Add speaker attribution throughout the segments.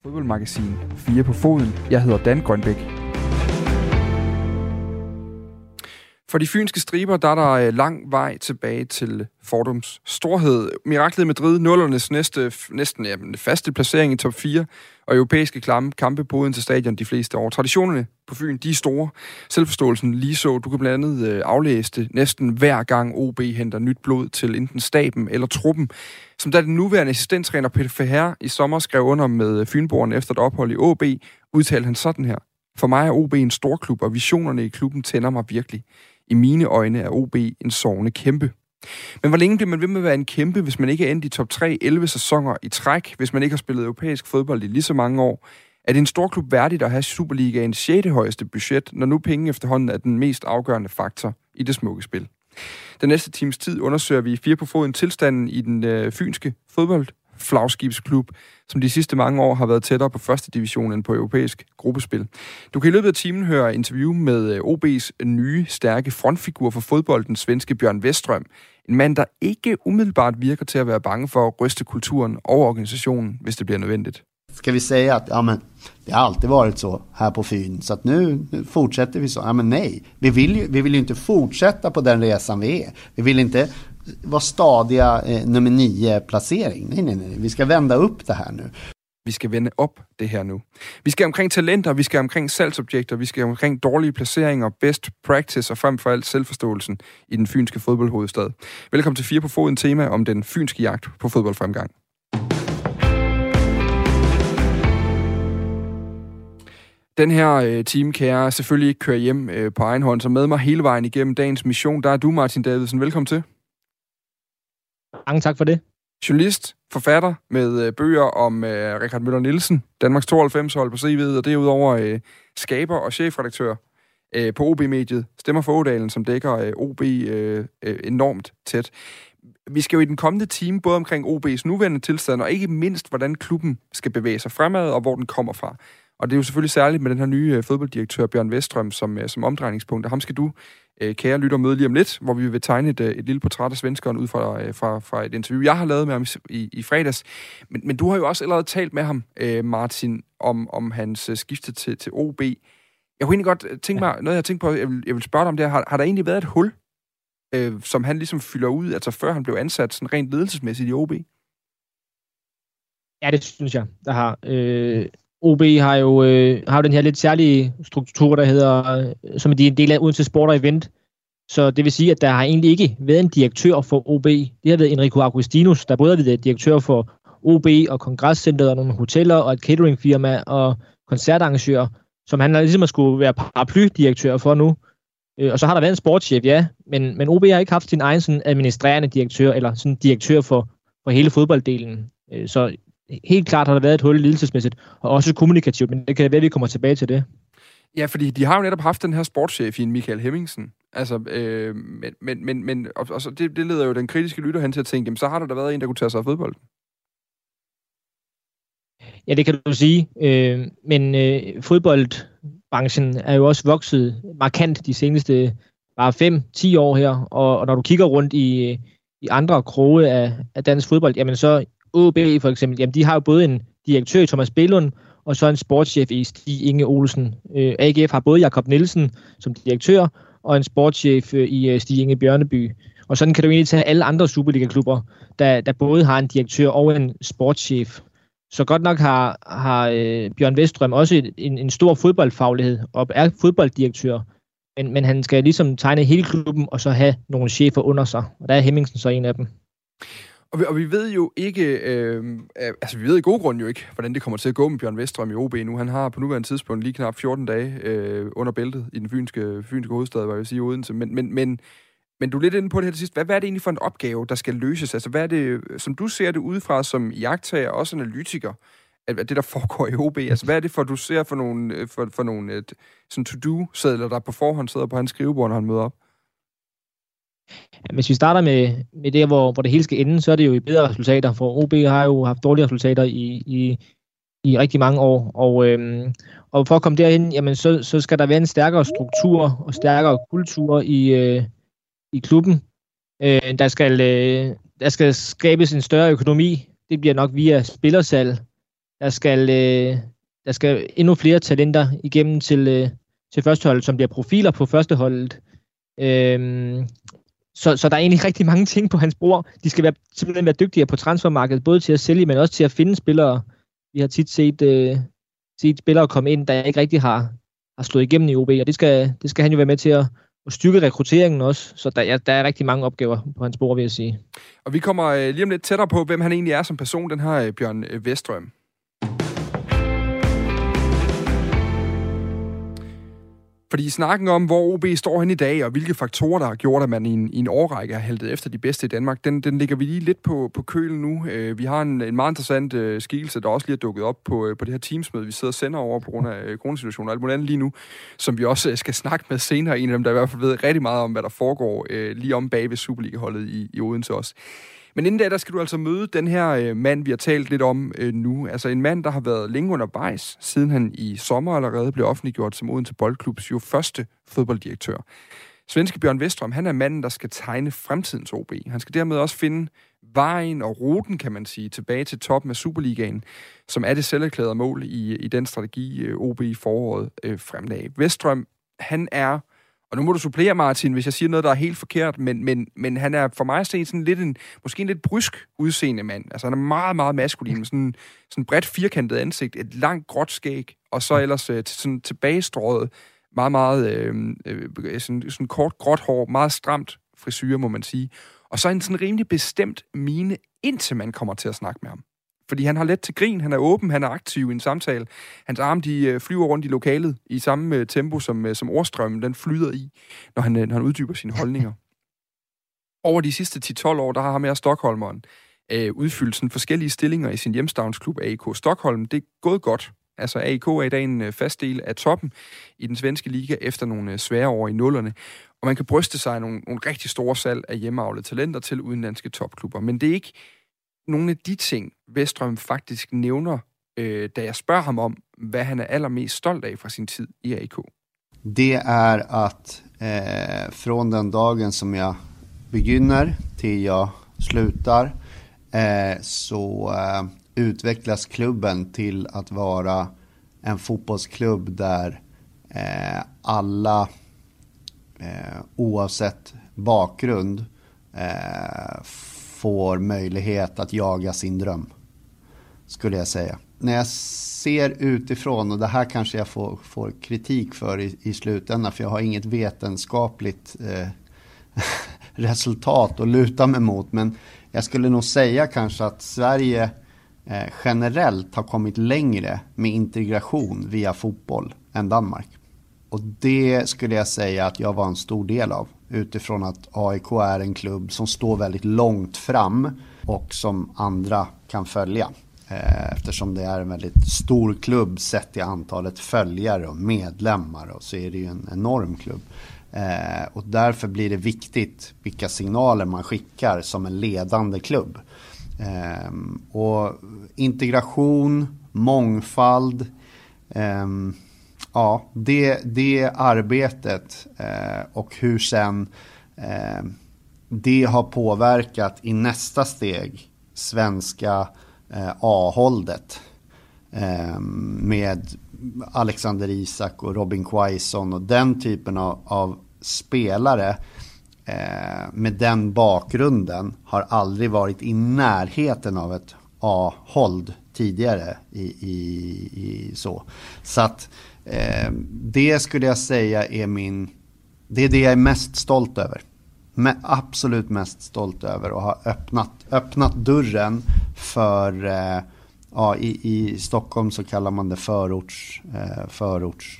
Speaker 1: Fodboldmagasin 4 på foden. Jeg hedder Dan Grønbæk. For de fynske striber, der er der lang vej tilbage til Fordums storhed. Miraklet i Madrid, nullernes næsten faste placering i top 4, og europæiske kampe på Odense Stadion de fleste år. Traditionerne på Fyn, de er store. Selvforståelsen lige så. Du kan blandt andet aflæse det næsten hver gang OB henter nyt blod til enten staben eller truppen. Som da den nuværende assistenttræner Peter Feher i sommer skrev under med fynboerne efter et ophold i OB, udtalte han sådan her: For mig er OB en stor klub, og visionerne i klubben tænder mig virkelig. I mine øjne er OB en sovende kæmpe. Men hvor længe bliver man ved med at være en kæmpe, hvis man ikke er endt i top 3 11 sæsoner i træk, hvis man ikke har spillet europæisk fodbold i lige så mange år? Er det en stor klub værdigt at have Superligaens 6. højeste budget, når nu penge efterhånden er den mest afgørende faktor i det smukke spil? Den næste times tid undersøger vi 4 på foden tilstanden i den fynske fodboldflagskibsklub, som de sidste mange år har været tættere på første division end på europæisk gruppespil. Du kan i løbet af timen høre interview med OB's nye, stærke frontfigur for fodboldens svenske Bjørn Weström. En mand, der ikke umiddelbart virker til at være bange for at ryste kulturen og organisationen, hvis det bliver nødvendigt.
Speaker 2: Ska vi säga att det har alltid varit så här på Fyn, så att nu fortsätter vi så? Ja, men nej, vi vill ju inte fortsätta på den resan vi är. Vi vill inte vara stadiga nummer 9 placering. Nej, vi ska vända upp det här nu.
Speaker 1: Vi skal vende op det her nu. Vi skal omkring talenter, vi skal omkring salgsobjekter, vi skal omkring dårlige placeringer, best practice og frem for alt selvforståelsen i den fynske fodboldhovedstad. Velkommen til 4 på foden, tema om den fynske jagt på fodboldfremgang. Den her time kan jeg selvfølgelig ikke køre hjem på egen hånd, så med mig hele vejen igennem dagens mission, der er du, Martin Davidsen. Velkommen til.
Speaker 3: Mange tak for det.
Speaker 1: Journalist, forfatter med bøger om Richard Møller Nielsen, Danmarks 92-hold på CV'et, og derudover skaber og chefredaktør på OB-mediet, Stemmer for Ådalen, som dækker OB enormt tæt. Vi skal jo i den kommende time både omkring OB's nuværende tilstand, og ikke mindst, hvordan klubben skal bevæge sig fremad, og hvor den kommer fra. Og det er jo selvfølgelig særligt med den her nye fodbolddirektør, Bjørn Weström, som omdrejningspunkt. Og ham skal du, kære lytter, møde lige om lidt, hvor vi vil tegne et lille portræt af svenskeren ud fra et interview, jeg har lavet med ham i fredags. Men du har jo også allerede talt med ham, Martin, om hans skifte til OB. Jeg kunne egentlig godt tænke mig, noget jeg har tænkt på, jeg vil spørge dig om det her. Har der egentlig været et hul, som han ligesom fylder ud, altså før han blev ansat sådan rent ledelsesmæssigt i OB?
Speaker 3: Ja, det synes jeg, der har. OB har jo den her lidt særlige struktur, der hedder, som er en del af Odense Sport og Event. Så det vil sige, at der har egentlig ikke været en direktør for OB. Det har været Enrico Augustinus, der både har været direktør for OB og Kongresscenteret og nogle hoteller og et cateringfirma og koncertarrangører, som han ligesom har skulle være paraplydirektør for nu. Og så har der været en sportschef, ja, men OB har ikke haft sin egen sådan administrerende direktør eller sådan direktør for hele fodbolddelen. Så helt klart har der været et hul ledelsesmæssigt, og også kommunikativt, men det kan være, at vi kommer tilbage til det.
Speaker 1: Ja, fordi de har jo netop haft den her sportschef i en Michael Hemmingsen. Altså, men og så det leder jo den kritiske lytter hen til at tænke, jamen, så har der da været en, der kunne tage sig af fodbold.
Speaker 3: Ja, det kan du sige. Men fodboldbranchen er jo også vokset markant de seneste bare 5-10 år her, og når du kigger rundt i andre kroge af dansk fodbold, jamen så OB for eksempel, jamen de har jo både en direktør i Thomas Bellund, og så en sportschef i Stig Inge Olsen. AGF har både Jakob Nielsen som direktør, og en sportschef i Stig Inge Bjørneby. Og sådan kan du egentlig tage alle andre Superliga-klubber, der både har en direktør og en sportschef. Så godt nok har Bjørn Weström også en stor fodboldfaglighed, og er fodbolddirektør, men han skal ligesom tegne hele klubben, og så have nogle chefer under sig. Og der er Hemmingsen så en af dem.
Speaker 1: Og vi ved jo ikke, vi ved i god grund jo ikke, hvordan det kommer til at gå med Bjørn Weström i OB nu. Han har på nuværende tidspunkt lige knap 14 dage under bæltet i den fynske hovedstad, hvad jeg vil sige, Odense. Men du er lidt inde på det her til sidst. Hvad er det egentlig for en opgave, der skal løses? Altså, hvad er det, som du ser det udefra som iagttager og også analytiker, at det, der foregår i OB? Altså, hvad er det for, du ser for nogle sådan to-do-sedler, der på forhånd sidder på hans skrivebord, når han møder op?
Speaker 3: Hvis vi starter med det, hvor det hele skal ende, så er det jo i bedre resultater, for OB har jo haft dårlige resultater i rigtig mange år, og for at komme derhen, jamen så skal der være en stærkere struktur og stærkere kultur i klubben. Der skal skabes en større økonomi. Det bliver nok via spillersalg. der skal endnu flere talenter igennem til førsteholdet, som bliver profiler på førsteholdet. Så der er egentlig rigtig mange ting på hans bord. De skal simpelthen være dygtigere på transfermarkedet, både til at sælge, men også til at finde spillere. Vi har tit set spillere komme ind, der ikke rigtig har slået igennem i OB, og det skal han jo være med til at styrke rekrutteringen også. Så der er rigtig mange opgaver på hans bord, vil jeg sige.
Speaker 1: Og vi kommer lige om lidt tættere på, hvem han egentlig er som person, den her Bjørn Westrøm. Fordi snakken om, hvor OB står hen i dag, og hvilke faktorer, der har gjort, at man i en årrække har haltet efter de bedste i Danmark, den ligger vi lige lidt på kølen nu. Vi har en meget interessant skikkelse, der også lige er dukket op på det her Teams-møde, vi sidder og sender over på grund af coronasituationen og alt muligt andet lige nu, som vi også skal snakke med senere. En af dem, der i hvert fald ved rigtig meget om, hvad der foregår lige om bag ved Superliga-holdet i Odense også. Men inden da, der skal du altså møde den her mand, vi har talt lidt om nu. Altså en mand, der har været længe undervejs, siden han i sommer allerede blev offentliggjort som Odense Boldklubs jo første fodbolddirektør. Svenske Bjørn Westrøm, han er manden, der skal tegne fremtidens OB. Han skal dermed også finde vejen og ruten, kan man sige, tilbage til toppen af Superligaen, som er det selverklærede mål i den strategi, OB i foråret fremlagde. Westrøm, han er... Og nu må du supplere, Martin, hvis jeg siger noget, der er helt forkert, men han er for mig at se sådan lidt måske en lidt brysk udseende mand. Altså han er meget, meget maskulin, med sådan bredt firkantet ansigt, et langt gråt skæg, og så ellers sådan tilbagestrøget, meget, meget sådan kort gråt hår, meget stramt frisyre, må man sige. Og så en sådan rimelig bestemt mine, indtil man kommer til at snakke med ham. Fordi han har let til grin, han er åben, han er aktiv i en samtale. Hans arme, de flyver rundt i lokalet i samme tempo, som ordstrømmen, den flyder i, når han uddyber sine holdninger. Over de sidste 10-12 år, der har ham og Stockholmeren udfyldt sådan forskellige stillinger i sin hjemstavnsklub AIK Stockholm. Det er gået godt. Altså AIK er i dag en fast del af toppen i den svenske liga efter nogle svære år i nullerne. Og man kan bryste sig af nogle rigtig store salg af hjemmeavlede talenter til udenlandske topklubber. Men det er ikke nogle af de ting, Westrøm faktisk nævner, da jeg spørger ham om, hvad han er allermest stolt af fra sin tid i AIK.
Speaker 2: Det är att från den dagen som jag begynner till jag slutar så utvecklas klubben till att vara en fotbollsklubb där alla oavsett bakgrund får möjlighet att jaga sin dröm, skulle jag säga. När jag ser utifrån, och det här kanske jag får kritik för i slutändan, för jag har inget vetenskapligt resultat att luta mig mot, men jag skulle nog säga kanske att Sverige generellt har kommit längre med integration via fotboll än Danmark. Och det skulle jag säga att jag var en stor del av, utifrån att AIK är en klubb som står väldigt långt fram och som andra kan följa. Eftersom det är en väldigt stor klubb sett i antalet följare och medlemmar, och så är det ju en enorm klubb. Och därför blir det viktigt vilka signaler man skickar som en ledande klubb. Och integration, mångfald, ja, det arbetet och hur sen det har påverkat i nästa steg svenska A-håldet med Alexander Isak och Robin Quaison och den typen av spelare med den bakgrunden har aldrig varit i närheten av ett A-håll tidigare i så att det skulle jag säga är det är det jag är mest stolt över. Absolut mest stolt över, och ha öppnat dörren för i Stockholm så kallar man det förorts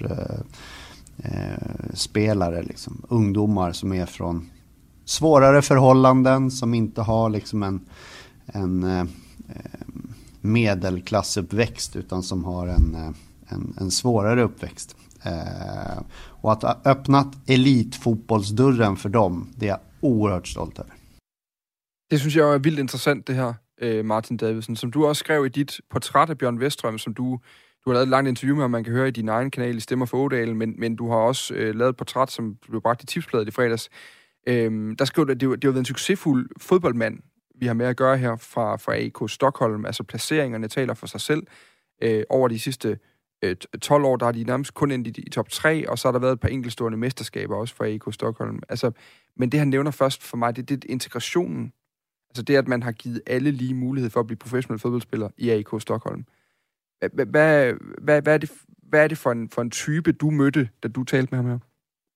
Speaker 2: spelare liksom, ungdomar som är från svårare förhållanden, som inte har liksom en medelklassuppväxt, utan som har en svårare uppväxt. Och att ha öppnat elitfotbollsdörren för dem, det är jag oerhört stolt över.
Speaker 1: Det synes jeg er vildt interessant, det her, Martin Davidsen, som du også skrev i dit portræt af Bjørn Westrøm, som du har lavet et langt interview med, og man kan høre i din egen kanal i Stemmer for Ådalen, men du har også lavet et portræt, som blev bragt i Tipsbladet i fredags. Der skrev du, at det har været en succesfuld fodboldmand, vi har med at gøre her fra AIK Stockholm. Altså placeringerne taler for sig selv. over de sidste 12 år, der har de nærmest kun endt i top 3, og så har der været et par enkeltstående mesterskaber også for AIK Stockholm. Altså, men det, han nævner først for mig, det er integrationen. Altså det, at man har givet alle lige mulighed for at blive professionel fodboldspiller i AIK Stockholm. Hvad er det for en type, du mødte, da du talte med ham her?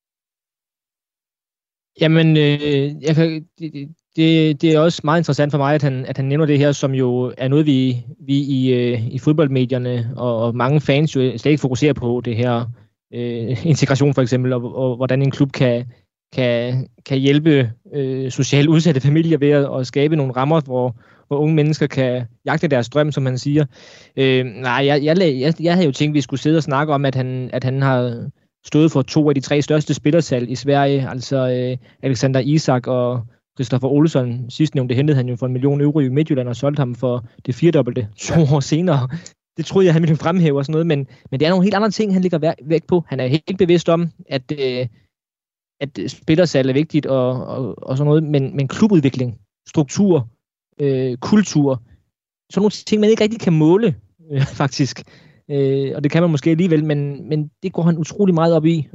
Speaker 3: Jamen, det er også meget interessant for mig, at han nævner det her, som jo er noget, vi i fodboldmedierne og mange fans jo slet ikke fokuserer på, det her integration for eksempel, og hvordan en klub kan hjælpe socialt udsatte familier ved at skabe nogle rammer, hvor unge mennesker kan jagte deres drøm, som man siger. Jeg havde jo tænkt, at vi skulle sidde og snakke om, at han har stået for 2 af de 3 største spillersalg i Sverige, altså Alexander Isak og Christopher Olsson. Sidstnævnte hentede han jo for 1 million euro i Midtjylland og solgte ham for det 4-dobbelte 2 år senere. Det troede jeg, han ville fremhæve og sådan noget, men det er nogle helt andre ting, han ligger væk på. Han er helt bevidst om, at spillersalg er vigtigt og sådan noget, men klubudvikling, struktur, kultur, sådan nogle ting, man ikke rigtig kan måle, faktisk. Og det kan man måske alligevel, men det går han utrolig meget op i,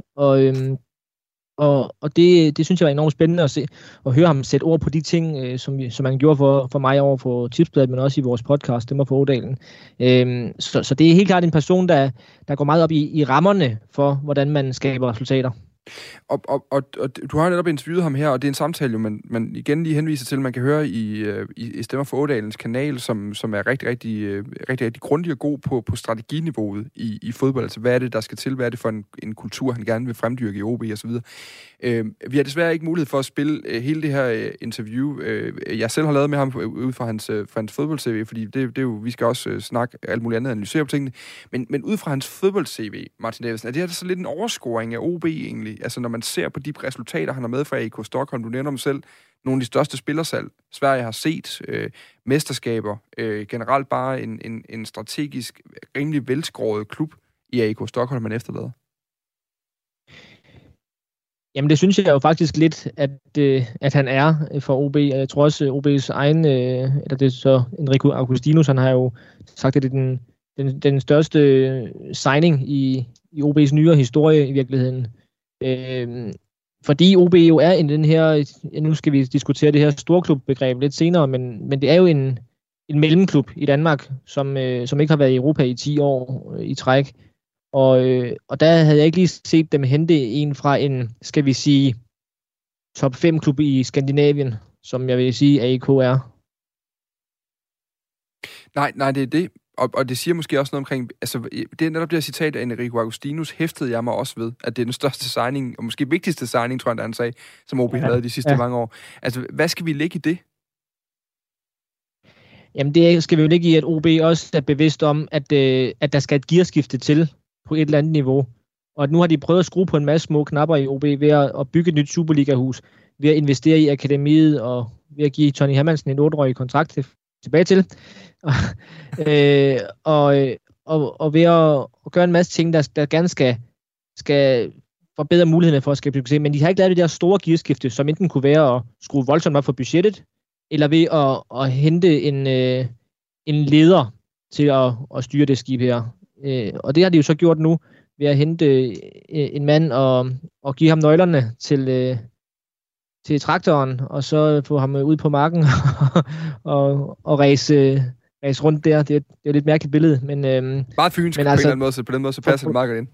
Speaker 3: og det synes jeg var enormt spændende at se og høre ham sætte ord på de ting, som han gjorde for mig over på Tipsbladet, men også i vores podcast, Stemmer på Ådalen. Så det er helt klart en person, der går meget op i rammerne for, hvordan man skaber resultater.
Speaker 1: Og du har netop interviewet ham her, og det er en samtale, jo, man igen lige henviser til, man kan høre i Stemmer for Ådalens kanal, som er rigtig grundig og god på strateginiveauet i fodbold. Altså, hvad er det, der skal til? Hvad er det for en kultur, han gerne vil fremdyrke i OB og så videre? Vi har desværre ikke mulighed for at spille hele det her interview. Jeg selv har lavet med ham ud fra hans fodbold-CV, fordi det er jo, vi skal også snakke alt muligt andet, analysere på tingene. Men ud fra hans fodbold-CV, Martin Davidsen, er det her så lidt en overscoring af OB egentlig? Altså, når man ser på de resultater, han har med fra AIK Stockholm, du nævner dem selv, nogle af de største spillersalg, Sverige har set, mesterskaber, generelt bare en strategisk, rimelig velskåret klub i AIK Stockholm, man efterlader.
Speaker 3: Jamen det synes jeg jo faktisk lidt, at han er for OB. Jeg tror også, OB's egen, eller det er så Enrico Augustinus, han har jo sagt, at det er den største signing i OB's nyere historie i virkeligheden. Fordi OB jo er i den her, nu skal vi diskutere det her storklubbegreb lidt senere, men det er jo en mellemklub i Danmark, som ikke har været i Europa i 10 år i træk. Og der havde jeg ikke lige set dem hente en fra en, skal vi sige, top 5 klub i Skandinavien, som jeg vil sige AIK er. Nej, det er det. Og det siger måske også noget omkring, altså det er netop det her citat af Enrico Augustinus, hæftede jeg mig også ved, at det er den største signing, og måske vigtigste signing, tror jeg, han sagde, som OB har lavet de sidste mange år. Altså, hvad skal vi lægge i det? Jamen, det skal vi jo lægge i, at OB også er bevidst om, at der skal et gearskifte til på et eller andet niveau. Og at nu har de prøvet at skrue på en masse små knapper i OB ved at bygge et nyt Superliga-hus, ved at investere i akademiet og ved at give Tony Hermansen en 8-årig kontrakt tilbage til. Og ved at gøre en masse ting, der gerne skal forbedre mulighederne for at skabe succes. Men de har ikke lavet det der store gearskifte, som enten kunne være at skrue voldsomt op for budgettet, eller ved at hente en leder til at styre det skib her. Og det har de jo så gjort nu, ved at hente en mand og give ham nøglerne til traktoren, og så få ham ud på marken og ræse rundt der. Det er et lidt mærkeligt billede. Men,
Speaker 1: meget fynsk på en eller anden måde, så på den måde så passer det meget godt ind.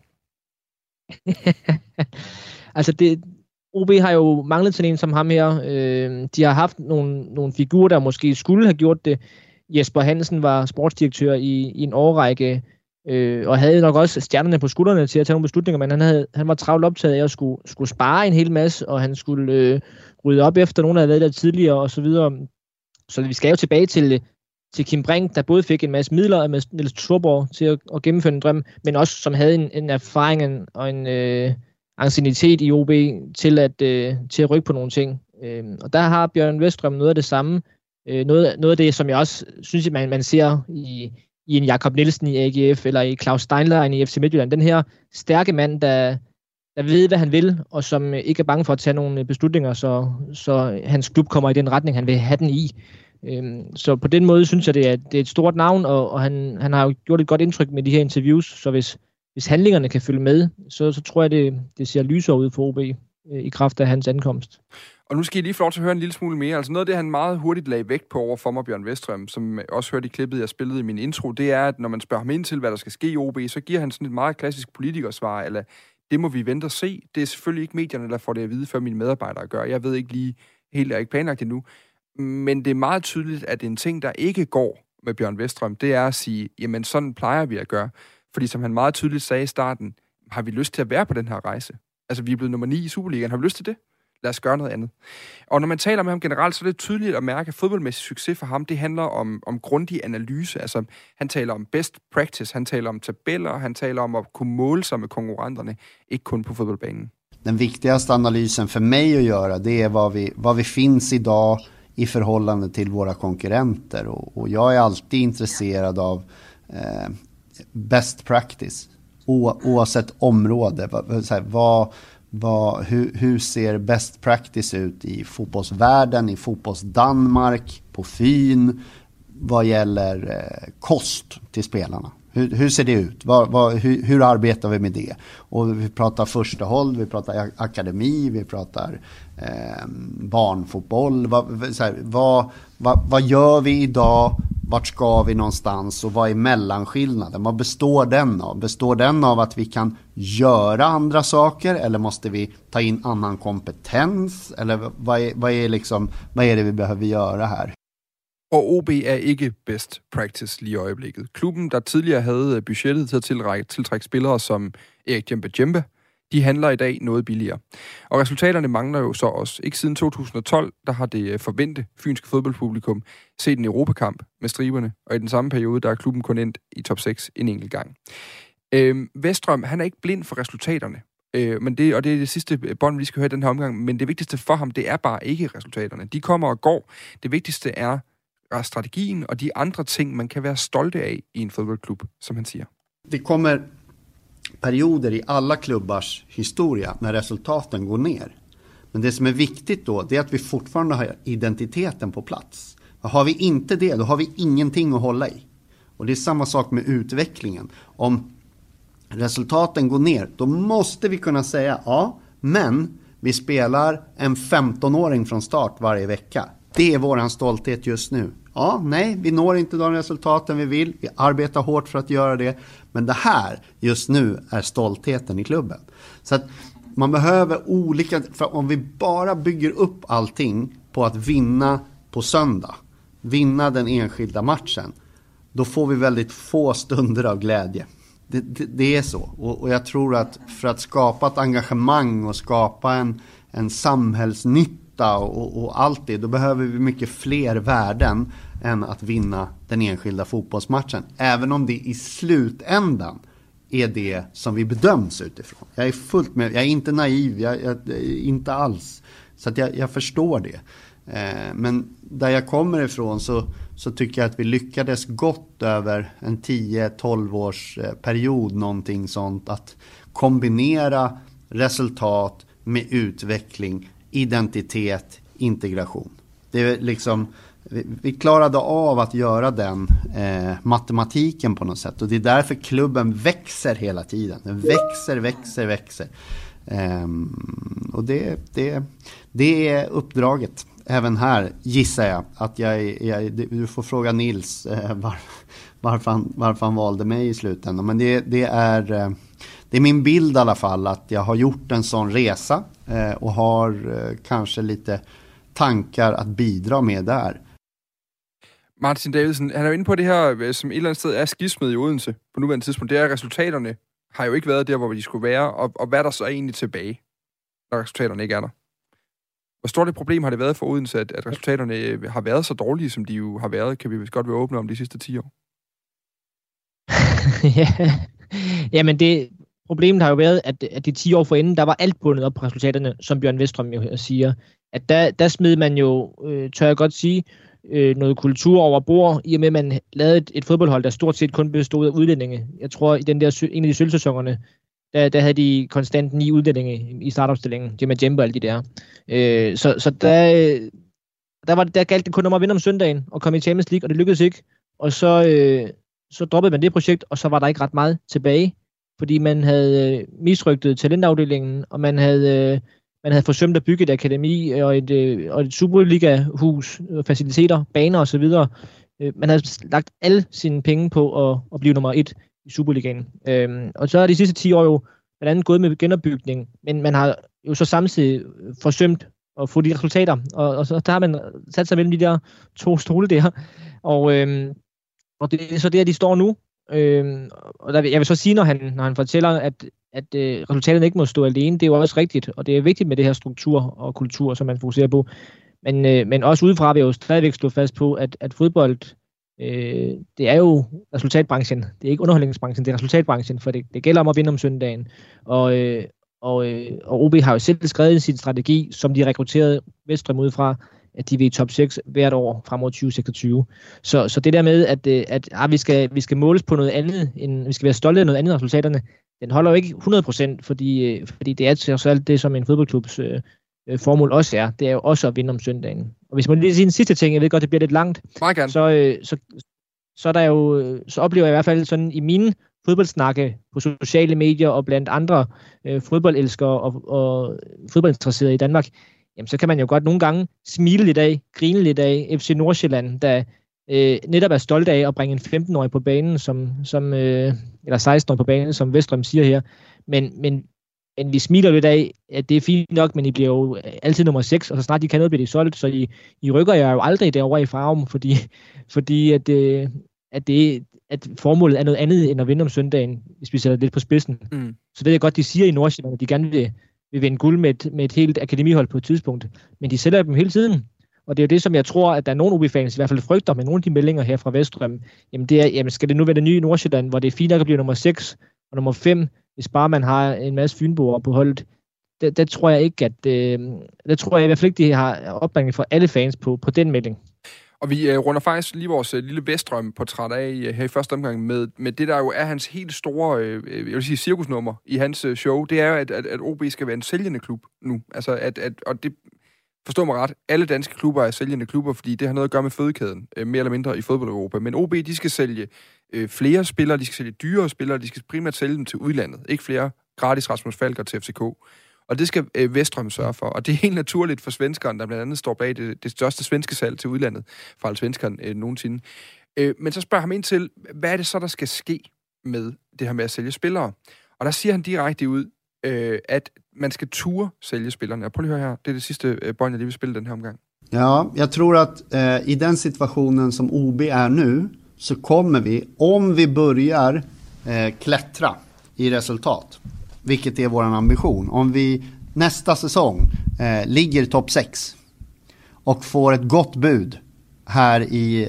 Speaker 3: Altså OB har jo manglet sådan en som ham her. De har haft nogle figurer, der måske skulle have gjort det. Jesper Hansen var sportsdirektør i en årrække, og havde nok også stjernerne på skuldrene til at tage nogle beslutninger, men han var travlt optaget af at skulle spare en hel masse, og han skulle rydde op efter nogen, der havde været der tidligere, og så videre. Så vi skal jo tilbage til Kim Brink, der både fik en masse midler med Niels Thorborg til at gennemføre en drøm, men også som havde en erfaring og en anciennitet i OB til at rykke på nogle ting. Og der har Bjørn Westrøm noget af det samme. Noget af det, som jeg også synes, man ser i en Jakob Nielsen i AGF, eller i Claus Steinlein i FC Midtjylland. Den her stærke mand, der ved, hvad han vil, og som ikke er bange for at tage nogle beslutninger, så hans klub kommer i den retning, han vil have den i. Så på den måde synes jeg, det er et stort navn, og han har jo gjort et godt indtryk med de her interviews, så hvis handlingerne kan følge med, så tror jeg, det ser lysere ud for OB i kraft af hans ankomst.
Speaker 1: Og nu skal I lige få lov til at høre en lille smule mere. Altså noget af det, han meget hurtigt lagde vægt på over for mig, Bjørn Westrøm, som også hørte i klippet, jeg spillede i min intro, det er, at når man spørger ham ind til, hvad der skal ske i OB, så giver han sådan et meget klassisk politikersvar, eller det må vi vente og se. Det er selvfølgelig ikke medierne, der får det at vide, før mine medarbejdere gør. Jeg ved ikke lige helt, er ikke planlagt endnu. Men det er meget tydeligt, at en ting, der ikke går med Bjørn Westrøm, det er at sige, jamen sådan plejer vi at gøre. Fordi som han meget tydeligt sagde i starten, har vi lyst til at være på den her rejse? Altså, vi er blevet nummer 9 i Superligaen. Har vi lyst til det? Lad os gøre noget andet. Og når man taler med ham generelt, så er det tydeligt at mærke, at fodboldmæssig succes for ham, det handler om grundig analyse. Altså, han taler om best practice, han taler om tabeller, han taler om at kunne måle sig med konkurrenterne, ikke kun på fodboldbanen.
Speaker 2: Den viktigaste analysen för mig att göra, det är vad vi finns idag i förhållande till våra konkurrenter. Och jag är alltid intresserad av best practice, oavsett område. Hur ser best practice ut i fotbollsvärlden, i fotbolls-Danmark, på Fyn, vad gäller kost till spelarna? Hur ser det ut? Hur arbetar vi med det? Och vi pratar första håll, vi pratar akademi, vi pratar barnfotboll. Vad gör vi idag? Vart ska vi någonstans? Och vad är mellanskillnaden? Vad består den av? Består den av att vi kan göra andra saker? Eller måste vi ta in annan kompetens? Eller vad är det vi behöver göra här?
Speaker 1: Og OB er ikke best practice lige i øjeblikket. Klubben, der tidligere havde budgettet til at tiltrække spillere som Erik Djembe, de handler i dag noget billigere. Og resultaterne mangler jo så også. Ikke siden 2012, der har det forvente fynske fodboldpublikum set en Europakamp med striberne, og i den samme periode, der er klubben kun endt i top 6 en enkelt gang. Westrøm, han er ikke blind for resultaterne. Og det er det sidste bånd, vi skal høre i den her omgang, men det vigtigste for ham, det er bare ikke resultaterne. De kommer og går. Det vigtigste er strategien og de andre ting, man kan være stolte af i en fodboldklub, som han siger.
Speaker 2: Det kommer perioder i alla klubbars historia när resultaten går ner. Men det som är viktigt då, det är att vi fortfarande har identiteten på plats. Har vi inte det, då har vi ingenting att hålla i. Och det är samma sak med utvecklingen. Om resultaten går ner, då måste vi kunna säga, ja, men vi spelar en 15-åring från start varje vecka. Det är våran stolthet just nu. Ja, nej, vi når inte de resultaten vi vill. Vi arbetar hårt för att göra det. Men det här just nu är stoltheten i klubben. Så att man behöver olika... För om vi bara bygger upp allting på att vinna på söndag, vinna den enskilda matchen, då får vi väldigt få stunder av glädje. Det är så. Och jag tror att för att skapa ett engagemang och skapa en samhällsnytta och allt det, då behöver vi mycket fler värden än att vinna den enskilda fotbollsmatchen. Även om det i slutändan är det som vi bedöms utifrån. Jag är fullt med, jag är inte naiv, jag inte alls. Så att jag förstår det. Men där jag kommer ifrån så tycker jag att vi lyckades gott över en 10-12 års period, någonting sånt, att kombinera resultat med utveckling, identitet, integration. Det är liksom, vi klarade av att göra den matematiken på något sätt, och det är därför klubben växer hela tiden. Den växer. Och det är uppdraget. Även här gissar jag att du får fråga Nils varför han valde mig i slutändan. Men det är min bild i alla fall, att jag har gjort en sån resa och har kanske lite tankar att bidra med där.
Speaker 1: Martin Davidsen, han er jo inde på det her, som et eller andet sted er skismed i Odense på nuværende tidspunkt. Det er, at resultaterne har jo ikke været der, hvor de skulle være, og hvad er der så egentlig tilbage, når resultaterne ikke er der? Hvor stort et problem har det været for Odense, at resultaterne har været så dårlige, som de jo har været? Kan vi vist godt være åbne om de sidste 10 år?
Speaker 3: Jamen problemet har jo været, at de 10 år forinden, der var alt bundet op på resultaterne, som Bjørn Westrøm jo siger. At der smed man jo, tør jeg godt sige, noget kultur over bord, i og med, at man lavede et fodboldhold, der stort set kun bestod af udlændinge. Jeg tror, i en af de sølvsæsonerne, der havde de konstant 9 udlændinge i startopstillingen, Djembe og alle de der. Så Der galt det kun om at vinde om søndagen og komme i Champions League, og det lykkedes ikke. Og så droppede man det projekt, og så var der ikke ret meget tilbage, fordi man havde misrygtet talentafdelingen, og man havde forsømt at bygge et akademi og et Superliga-hus, faciliteter, baner osv. Man havde lagt alle sine penge på at blive nummer 1 i Superligaen. Og så er de sidste 10 år jo blandt andet gået med genopbygning, men man har jo så samtidig forsømt at få de resultater, og så der har man sat sig mellem de der 2 stole der, og det er så der, de står nu. Og jeg vil så sige, når han fortæller, at resultaterne ikke må stå alene, det er jo også rigtigt, og det er vigtigt med det her struktur og kultur, som man fokuserer på. Men også udefra vil jeg jo stadigvæk stå fast på, at fodbold, det er jo resultatbranchen. Det er ikke underholdningsbranchen, det er resultatbranchen, for det gælder om at vinde om søndagen. Og OB har jo selv skrevet i sin strategi, som de rekrutterede Vestrøm ud fra, at de vil i top 6 hvert år frem mod 2026. Så det der med, at vi skal måles på noget andet, vi skal være stolte af noget andet af resultaterne, den holder jo ikke 100%, fordi det er til alt det, som en fodboldklubs formål også er. Det er jo også at vinde om søndagen. Og hvis man lige siger en sidste ting, jeg ved godt, det bliver lidt langt, så oplever jeg i hvert fald sådan i mine fodboldsnakke på sociale medier og blandt andre fodboldelskere og fodboldinteresserede i Danmark, jamen så kan man jo godt nogle gange smile lidt af, grine lidt af FC Nordsjælland, der netop er stolt af at bringe en 15-årig på banen, eller 16-årig på banen, som Vestrøm siger her. Men vi smiler lidt af, at det er fint nok, men I bliver jo altid nummer 6, og så snart de kan noget, bliver de solgt, så I rykker jeg jo aldrig derover i farven, fordi at formålet er noget andet end at vinde om søndagen, hvis vi sætter lidt på spidsen. Så ved jeg godt, de siger i Nordsjælland, at de gerne vil vinde guld med et helt akademihold på et tidspunkt, men de sælger dem hele tiden. Og det er jo det, som jeg tror, at der er nogle OB-fans i hvert fald frygter med nogle af de meldinger her fra Vestrøm. Jamen, skal det nu være det nye Nordsjælland, hvor det er fint nok at blive nummer 6 og nummer 5, hvis bare man har en masse fynboer på holdet. Det tror jeg ikke, det tror jeg i hvert fald ikke, de har opbringning for alle fans på den melding.
Speaker 1: Og vi runder faktisk lige vores lille Vestrøm-portræt af her i første omgang med det, der jo er hans helt store, jeg vil sige, cirkusnummer i hans show. Det er jo, at OB skal være en sælgende klub nu. Altså, og det forstår mig ret, alle danske klubber er sælgende klubber, fordi det har noget at gøre med fødekæden, mere eller mindre i fodbold-Europa. Men OB, de skal sælge flere spillere, de skal sælge dyrere spillere, de skal primært sælge dem til udlandet. Ikke flere gratis Rasmus Falker til FCK. Og det skal Vestrøm sørge for. Og det er helt naturligt for svenskeren, der blandt andet står bag det største svenske salg til udlandet fra alle svenskeren nogensinde. Men så spørger ham ind til, hvad er det så, der skal ske med det her med at sælge spillere? Og der siger han direkte ud, at man skal ture sælge spillerne. Prøv lige at høre her. Det er det sidste bånd, jeg lige vil spille den her omgang.
Speaker 2: Ja, jag tror att i den situationen som OB är nu så kommer vi, om vi börjar klättra i resultat, vilket är vår ambition, om vi nästa säsong ligger topp 6 och får ett gott bud här i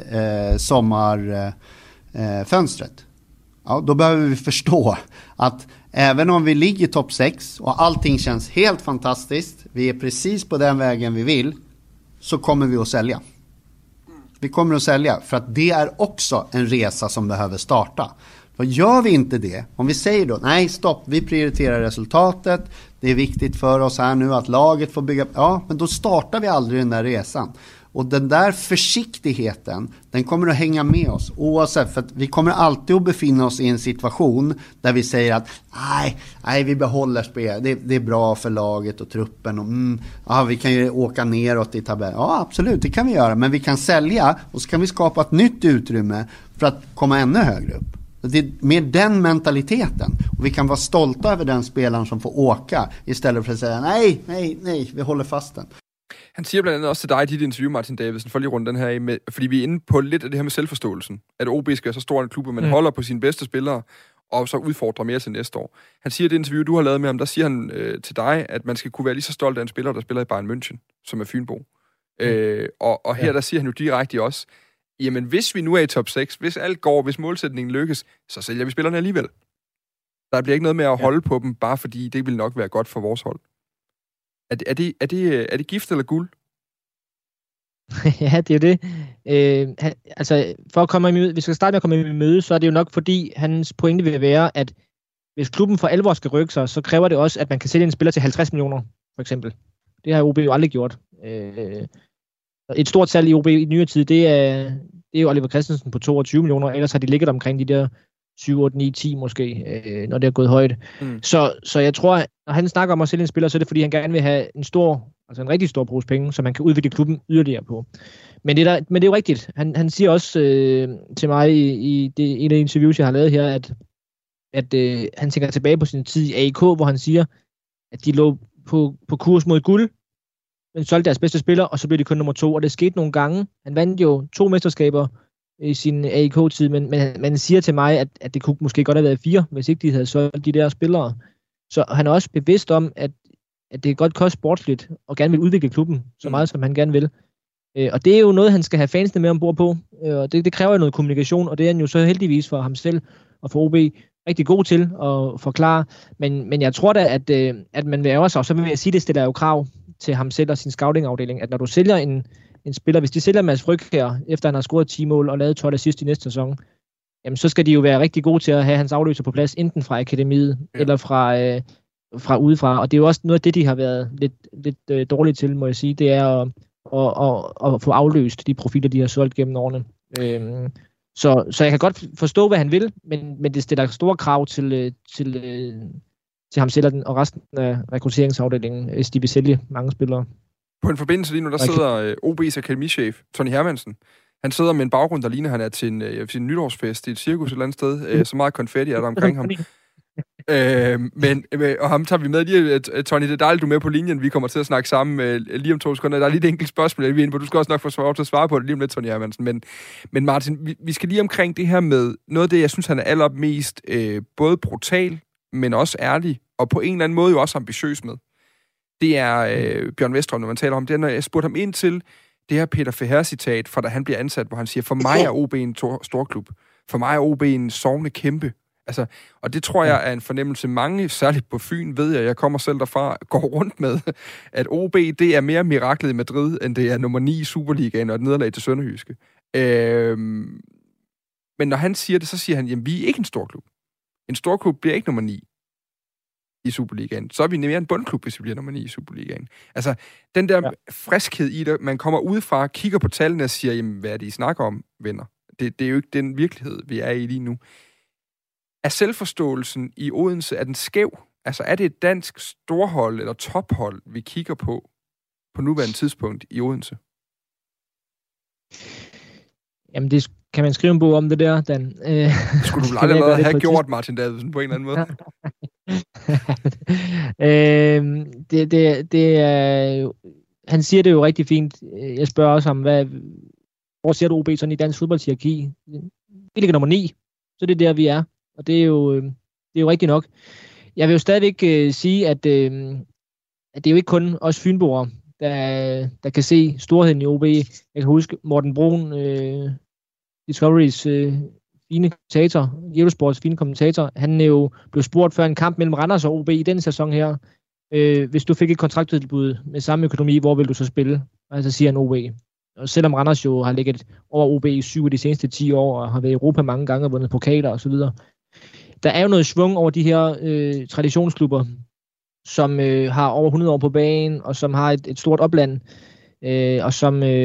Speaker 2: sommarfönstret, ja, då behöver vi förstå att även om vi ligger topp 6 och allting känns helt fantastiskt, vi är precis på den vägen vi vill, så kommer vi att sälja. Vi kommer att sälja för att det är också en resa som behöver starta. För gör vi inte det, om vi säger då, nej stopp, vi prioriterar resultatet, det är viktigt för oss här nu att laget får bygga, ja, men då startar vi aldrig den där resan. Och den där försiktigheten, den kommer att hänga med oss oavsett, för att vi kommer alltid att befinna oss i en situation där vi säger att nej vi behåller spel, det är bra för laget och truppen och vi kan ju åka neråt i tabellen. Ja, absolut, det kan vi göra, men vi kan sälja och så kan vi skapa ett nytt utrymme för att komma ännu högre upp. Det är med den mentaliteten, och vi kan vara stolta över den spelaren som får åka istället för att säga nej, vi håller fast den.
Speaker 1: Han siger blandt andet også til dig i dit interview, Martin Davidsen, for lige rundt den her af, med, fordi vi er inde på lidt af det her med selvforståelsen. At OB skal være så stor en klub, at man holder på sine bedste spillere, og så udfordrer mere til næste år. Han siger i det interview, du har lavet med ham, der siger han til dig, at man skal kunne være lige så stolt af en spiller, der spiller i Bayern München, som er Fynbo. Og her der siger han jo direkte også, jamen hvis vi nu er i top 6, hvis alt går, hvis målsætningen lykkes, så sælger vi spillerne alligevel. Der bliver ikke noget med at holde på dem, bare fordi det vil nok være godt for vores hold. Er det gift eller guld?
Speaker 3: Ja, det er det. For at komme i møde, hvis vi skal starte med at komme i møde, så er det jo nok fordi, hans pointe vil være, at hvis klubben for alvor skal rykke sig, så kræver det også, at man kan sælge en spiller til 50 millioner, for eksempel. Det har OB jo aldrig gjort. Et stort salg i OB i nyere tid, det er jo Oliver Christensen på 22 millioner, ellers har de ligget omkring de der 7, 8, 9, 10 måske, når det er gået højt. Så jeg tror, når han snakker om at sælge en spiller, så er det fordi, han gerne vil have en rigtig stor pose penge, som man kan udvikle klubben yderligere på. Men det er jo rigtigt. Han siger også til mig i en af de interviews, jeg har lavet her, at han tænker tilbage på sin tid i AIK, hvor han siger, at de lå på kurs mod guld, men solgte deres bedste spiller, og så blev de kun nummer 2, og det skete nogle gange. Han vandt jo 2 mesterskaber i sin AIK-tid, men man siger til mig, at det kunne måske godt have været 4, hvis ikke de havde solgt de der spillere. Så han er også bevidst om, at det godt koster sportsligt, og gerne vil udvikle klubben så meget, som han gerne vil. Og det er jo noget, han skal have fansene med ombord på, og det kræver jo noget kommunikation, og det er han jo så heldigvis for ham selv og for OB rigtig god til at forklare. Men jeg tror da, at man vil ære sig, og så vil jeg sige, det stiller jo krav til ham selv og sin scouting-afdeling, at når du sælger en spiller, hvis de sælger Mads Fryg her, efter han har scoret 10 mål og lavet 12 assist i næste sæson, jamen så skal de jo være rigtig gode til at have hans afløser på plads, enten fra akademiet eller fra udefra. Og det er jo også noget af det, de har været lidt dårlige til, må jeg sige, det er at få afløst de profiler, de har solgt gennem årene. Så jeg kan godt forstå, hvad han vil, men det stiller store krav til ham selv og resten af rekrutteringsafdelingen, hvis de vil sælge mange spillere.
Speaker 1: På en forbindelse lige nu, der sidder OB's akademichef, Tony Hermansen. Han sidder med en baggrund, der ligner, han er til en nytårsfest i et cirkus et eller andet sted. Så meget konfetti er der omkring ham. Og ham tager vi med lige. Tony, det er dejligt, du er med på linjen. Vi kommer til at snakke sammen lige om 2 sekunder. Der er lige et enkelt spørgsmål, vi er inde på. Du skal også nok få svar til at svare på det lige om lidt, Tony Hermansen. Men Martin, vi skal lige omkring det her med noget af det, jeg synes, han er allermest både brutal, men også ærlig, og på en eller anden måde jo også ambitiøs med. Det er Bjørn Westrøm, når man taler om det. Når jeg spurgte ham ind til det her Peter Feher-citat, fra da han bliver ansat, hvor han siger, for mig er OB en stor klub. For mig er OB en sovende kæmpe. Altså, og det tror jeg er en fornemmelse, mange, særligt på Fyn, ved jeg kommer selv derfra, går rundt med, at OB, det er mere miraklet i Madrid, end det er nummer 9 i Superligaen og et nederlag til Sønderjyske. Men når han siger det, så siger han, jamen vi er ikke en stor klub. En stor klub bliver ikke nummer 9 i Superligaen. Så er vi mere en bundklub, hvis vi bliver nummer 9 i Superligaen. Altså, den der friskhed i det, man kommer udefra, kigger på tallene og siger, jamen, hvad er det, I snakker om, venner? Det er jo ikke den virkelighed, vi er i lige nu. Er selvforståelsen i Odense, er den skæv? Altså, er det et dansk storhold eller tophold, vi kigger på nuværende tidspunkt i Odense?
Speaker 3: Jamen, det kan man skrive en bog om det der, Dan.
Speaker 1: Skulle du allerede have gjort, Martin Davidsen, på en eller anden måde?
Speaker 3: Det er... Han siger det jo rigtig fint. Jeg spørger også ham, hvor ser du OB sådan i dansk fodboldhierarki? Vi ligger nummer 9, så det er der, vi er. Og det er jo rigtigt nok. Jeg vil jo stadigvæk sige, at det er jo ikke kun os fynboere, der kan se storheden i OB. Jeg kan huske Morten Brun, Discoverys fine kommentator, Eurosports fine kommentator, han er jo blevet spurgt før en kamp mellem Randers og OB i den sæson her. Hvis du fik et kontrakttilbud med samme økonomi, hvor vil du så spille? Og så siger han OB. Og selvom Randers jo har ligget over OB i 7 af de seneste 10 år, og har været i Europa mange gange og vundet pokaler og så videre. Der er jo noget svung over de her traditionsklubber, som har over 100 år på banen, og som har et stort opland, og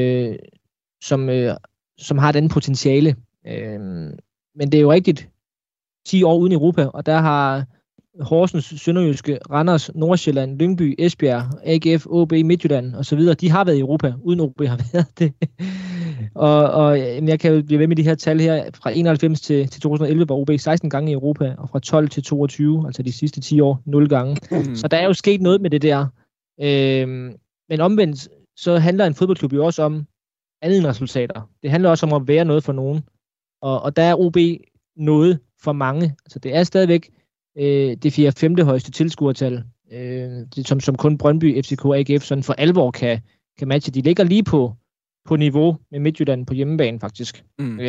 Speaker 3: som har et andet potentiale. Men det er jo rigtigt 10 år uden Europa, og der har Horsens, Sønderjyske, Randers, Nordsjælland, Lyngby, Esbjerg, AGF, OB, Midtjylland og så videre, de har været i Europa, uden OB har været det. og jeg kan jo blive ved med de her tal her, fra 91 til 2011 var OB 16 gange i Europa, og fra 12 til 22, altså de sidste 10 år, 0 gange. Så der er jo sket noget med det der. Men omvendt, så handler en fodboldklub jo også om andet end resultater. Det handler også om at være noget for nogen. Og der er OB noget for mange. Altså det er stadigvæk det 4-5. højeste tilskuertal, som kun Brøndby, FCK og AGF sådan for alvor kan matche. De ligger lige på niveau med Midtjylland på hjemmebane, faktisk.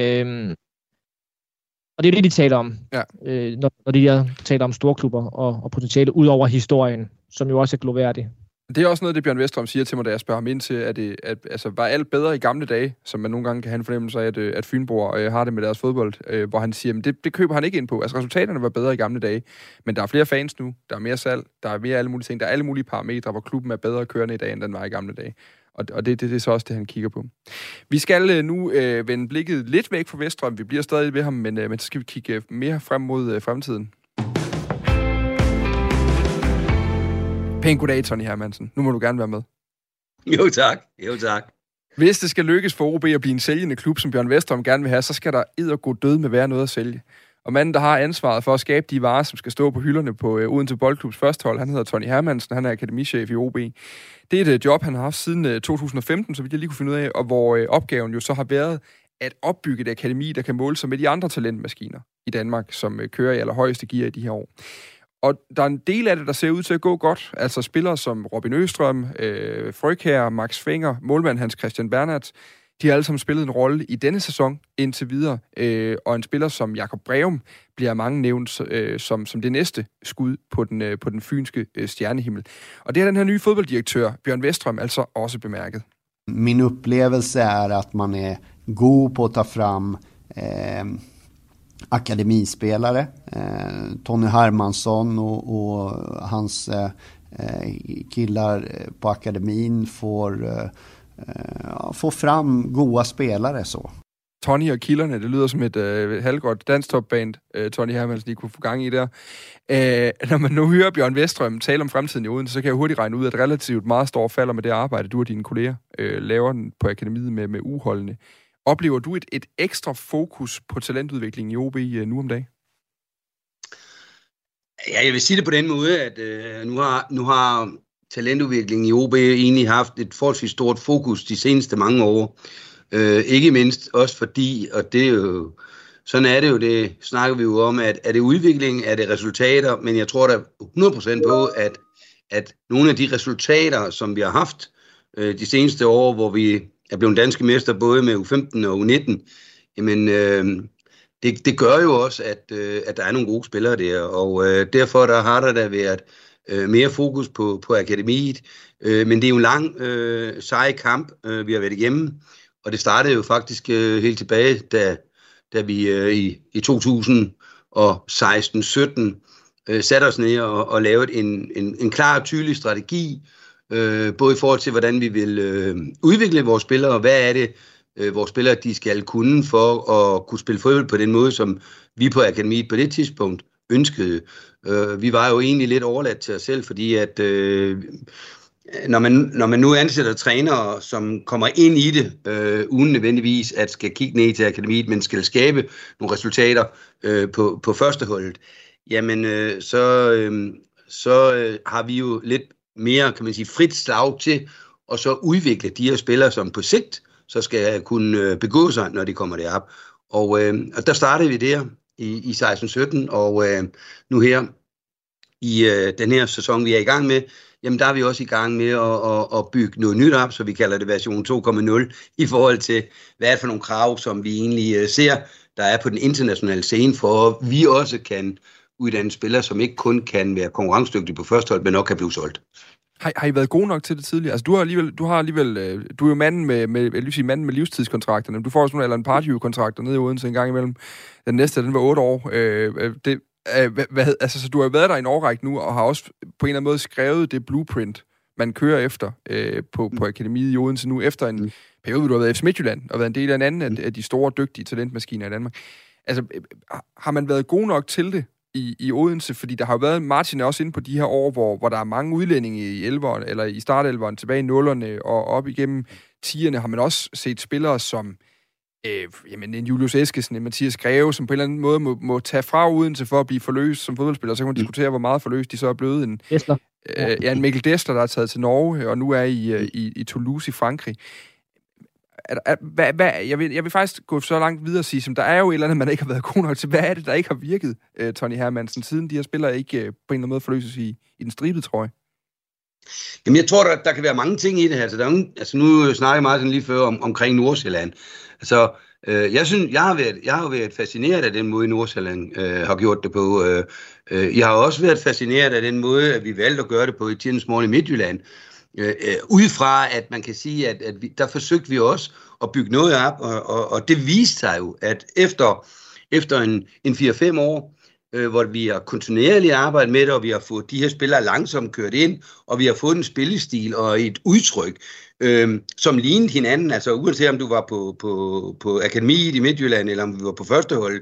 Speaker 3: Og det er det, de taler om, når de taler om storklubber og potentiale ud over historien, som jo også er gloværdig.
Speaker 1: Det er også noget, det Bjørn Westrøm siger til mig, da jeg spørger ham ind til, at var alt bedre i gamle dage, som man nogle gange kan have en fornemmelse af, at Fynboer har det med deres fodbold, hvor han siger, at det køber han ikke ind på. Altså resultaterne var bedre i gamle dage, men der er flere fans nu, der er mere salg, der er mere alle mulige ting, der er alle mulige parametre, hvor klubben er bedre kørende i dag, end den var i gamle dage. Og det er så også det, han kigger på. Vi skal nu vende blikket lidt væk fra Veststrøm. Vi bliver stadig ved ham, men så skal vi kigge mere frem mod fremtiden. Pæn goddag, Tony Hermansen. Nu må du gerne være med.
Speaker 4: Jo tak.
Speaker 1: Hvis det skal lykkes for OB at blive en sælgende klub, som Bjørn Westerholm gerne vil have, så skal der eddergå død med være noget at sælge. Og manden, der har ansvaret for at skabe de varer, som skal stå på hylderne på Odense Boldklubs første hold, han hedder Tony Hermansen, han er akademichef i OB. Det er et job, han har haft siden 2015, så vidt jeg lige kunne finde ud af, og hvor opgaven jo så har været at opbygge et akademi, der kan måle sig med de andre talentmaskiner i Danmark, som kører i allerhøjeste gear i de her år. Og der er en del af det, der ser ud til at gå godt. Altså spillere som Robin Østrøm, Frøkjær, Max Fenger, målmand Hans Christian Bernhardt, de har alle sammen spillet en rolle i denne sæson indtil videre. Og en spiller som Jakob Breum bliver mange nævnt som det næste skud på den fynske stjernehimmel. Og det har den her nye fodbolddirektør, Bjørn Westerholm, altså også bemærket.
Speaker 2: Min upplevelse er, at man er god på at ta fram akademispelare. Tony Hermansson och hans killar på akademin får frem gode spelare så.
Speaker 1: Tony og kilderne, det lyder som et halvgodt dansktopband, Tony Hermansen, I kunne få gang i der. Når man nu hører Bjørn Westerholm tale om fremtiden i Odense, så kan jeg hurtigt regne ud, at relativt meget står og falder med det arbejde, du og dine kolleger laver på akademiet med uholdene. Oplever du et ekstra fokus på talentudvikling i OB nu om dagen?
Speaker 4: Ja, jeg vil sige det på den måde, at nu har talentudviklingen i OB egentlig haft et forholdsvis stort fokus de seneste mange år. Ikke mindst også fordi, og det er jo, sådan er det jo, det snakker vi jo om, at er det udvikling, er det resultater, men jeg tror da 100% på, at nogle af de resultater, som vi har haft de seneste år, hvor vi er blevet danske mester både med U15 og U19, jamen det gør jo også, at der er nogle gode spillere der, og derfor har der da været mere fokus på akademiet, men det er jo en lang, sej kamp, vi har været igennem, og det startede jo faktisk helt tilbage, da vi i 2016-17 satte os ned og lavede en klar og tydelig strategi, både i forhold til, hvordan vi vil udvikle vores spillere, og hvad er det, vores spillere de skal kunne for at kunne spille fodbold på den måde, som vi på akademiet på det tidspunkt ønskede. Vi var jo egentlig lidt overladt til os selv, fordi at når man nu ansætter trænere, som kommer ind i det, uden nødvendigvis at skal kigge ned til akademiet, men skal skabe nogle resultater på førsteholdet, jamen så har vi jo lidt mere, kan man sige, frit slag til at så udvikle de her spillere, som på sigt så skal kunne begå sig, når de kommer derop. Og der startede vi der i 16-17, og nu her i den her sæson, vi er i gang med, jamen der er vi også i gang med at bygge noget nyt op, så vi kalder det version 2.0, i forhold til, hvad er det for nogle krav, som vi egentlig ser, der er på den internationale scene, for at vi også kan uddanne spillere, som ikke kun kan være konkurrencedygtige på første hold, men også kan blive solgt.
Speaker 1: Har I været gode nok til det tidligere? Altså, du er jo manden med livstidskontrakterne. Du får også nogle eller en party-kontrakter nede i Odense en gang imellem. Den næste, den var 8 år. Så du har været der i en årrække nu, og har også på en eller anden måde skrevet det blueprint, man kører efter på akademiet i Odense nu, efter en periode, du har været i FC Midtjylland, og været en del af en anden af de store, dygtige talentmaskiner i Danmark. Altså, har man været god nok til det i Odense? Fordi der har jo været, Martin er også inde på de her år, hvor der er mange udlændinge i 11'erne, eller i startelveren, tilbage i 0'erne, og op igennem 10'erne, har man også set spillere som en Julius Eskesen, en Mathias Greve, som på en eller anden måde må tage fra Odense for at blive forløst som fodboldspiller. Så kan man diskutere, hvor meget forløst de så er blevet. En Mikkel Dessler, der er taget til Norge, og nu er i Toulouse i Frankrig. Jeg vil faktisk gå så langt videre og sige, som der er jo et eller andet, man ikke har været god nok til. Hvad er det, der ikke har virket, Tony Hermansen, siden de her spillere ikke på en eller anden måde forløses i den stribede trøje?
Speaker 4: Jamen, jeg tror, der kan være mange ting i det her. Altså, nu snakker jeg meget sådan lige før omkring Nordsjælland. Altså, jeg har været fascineret af den måde, Nordsjælland har gjort det på. Jeg har også været fascineret af den måde, at vi valgte at gøre det på i tidens morgen i Midtjylland. Udefra, at man kan sige, at der forsøgte vi også at bygge noget op, og det viste sig jo, at efter en 4-5 år, hvor vi har kontinuerligt arbejdet med det, og vi har fået de her spillere langsomt kørt ind, og vi har fået en spillestil og et udtryk, som lignede hinanden, altså uanset om du var på akademiet i Midtjylland, eller om vi var på første hold,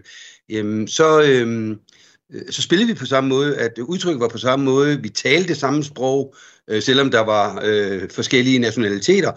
Speaker 4: så spillede vi på samme måde, at udtrykket var på samme måde, vi talte det samme sprog, selvom der var forskellige nationaliteter,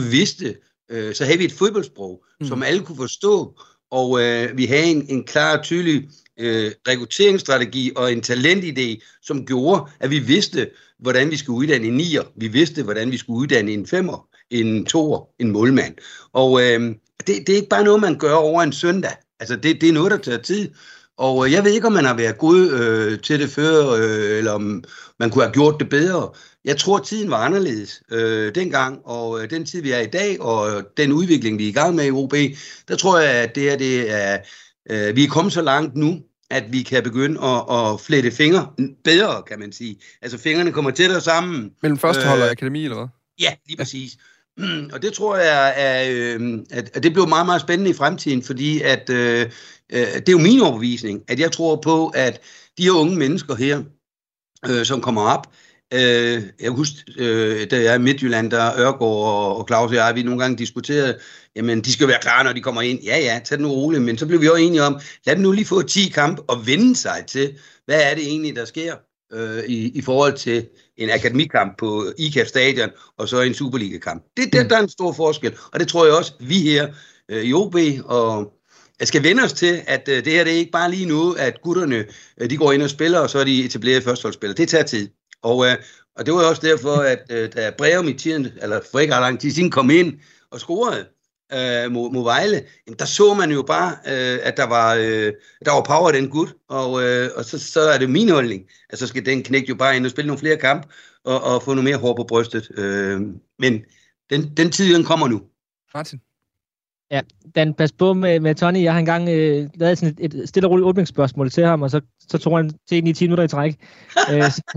Speaker 4: så havde vi et fodboldsprog, som alle kunne forstå, og vi havde en klar og tydelig rekrutteringsstrategi og en talentidé, som gjorde, at vi vidste, hvordan vi skulle uddanne en nier, vi vidste, hvordan vi skulle uddanne en femmer, en toer, en målmand. Og det er ikke bare noget, man gør over en søndag. Altså, det er noget, der tager tid. Og jeg ved ikke, om man har været god til det før, eller om man kunne have gjort det bedre. Jeg tror, tiden var anderledes dengang, og den tid, vi er i dag, og den udvikling, vi er i gang med i OB, der tror jeg, at vi er kommet så langt nu, at vi kan begynde at flette fingre bedre, kan man sige. Altså, fingrene kommer tættere sammen.
Speaker 1: Mellem førstehold og akademi, eller hvad?
Speaker 4: Ja, lige præcis. Og det tror jeg, at det bliver meget, meget spændende i fremtiden, fordi at det er jo min overbevisning, at jeg tror på, at de her unge mennesker her, som kommer op, jeg husker, da jeg er i Midtjylland, der Ørgaard og Claus og jeg, vi nogle gange diskuterede, jamen de skal være klar, når de kommer ind. Ja, tag det nu roligt, men så blev vi også enige om, lad dem nu lige få 10 kampe og vende sig til, hvad er det egentlig, der sker i forhold til en akademikamp på IKAF Stadion, og så en Superliga-kamp. Der er en stor forskel, og det tror jeg også, vi her i OB og skal vende os til, at det her det er ikke bare lige nu, at gutterne de går ind og spiller, og så er de etableret førsteholdsspillere. Det tager tid. Og det var også derfor, at da Breum i tiden, eller for ikke ret lang tid siden, kom ind og scorede mod Vejle, jamen, der så man jo bare, at der var power i den gut, og så er det min holdning, at så skal den knække jo bare ind og spille nogle flere kampe, og få noget mere hår på brystet. Men den tid, den kommer nu.
Speaker 1: Martin?
Speaker 3: Ja, Dan, pas på med Tony. Jeg har engang lavet sådan et stille og roligt åbningsspørgsmål til ham, og så tog han til 10 minutter i træk.
Speaker 1: Men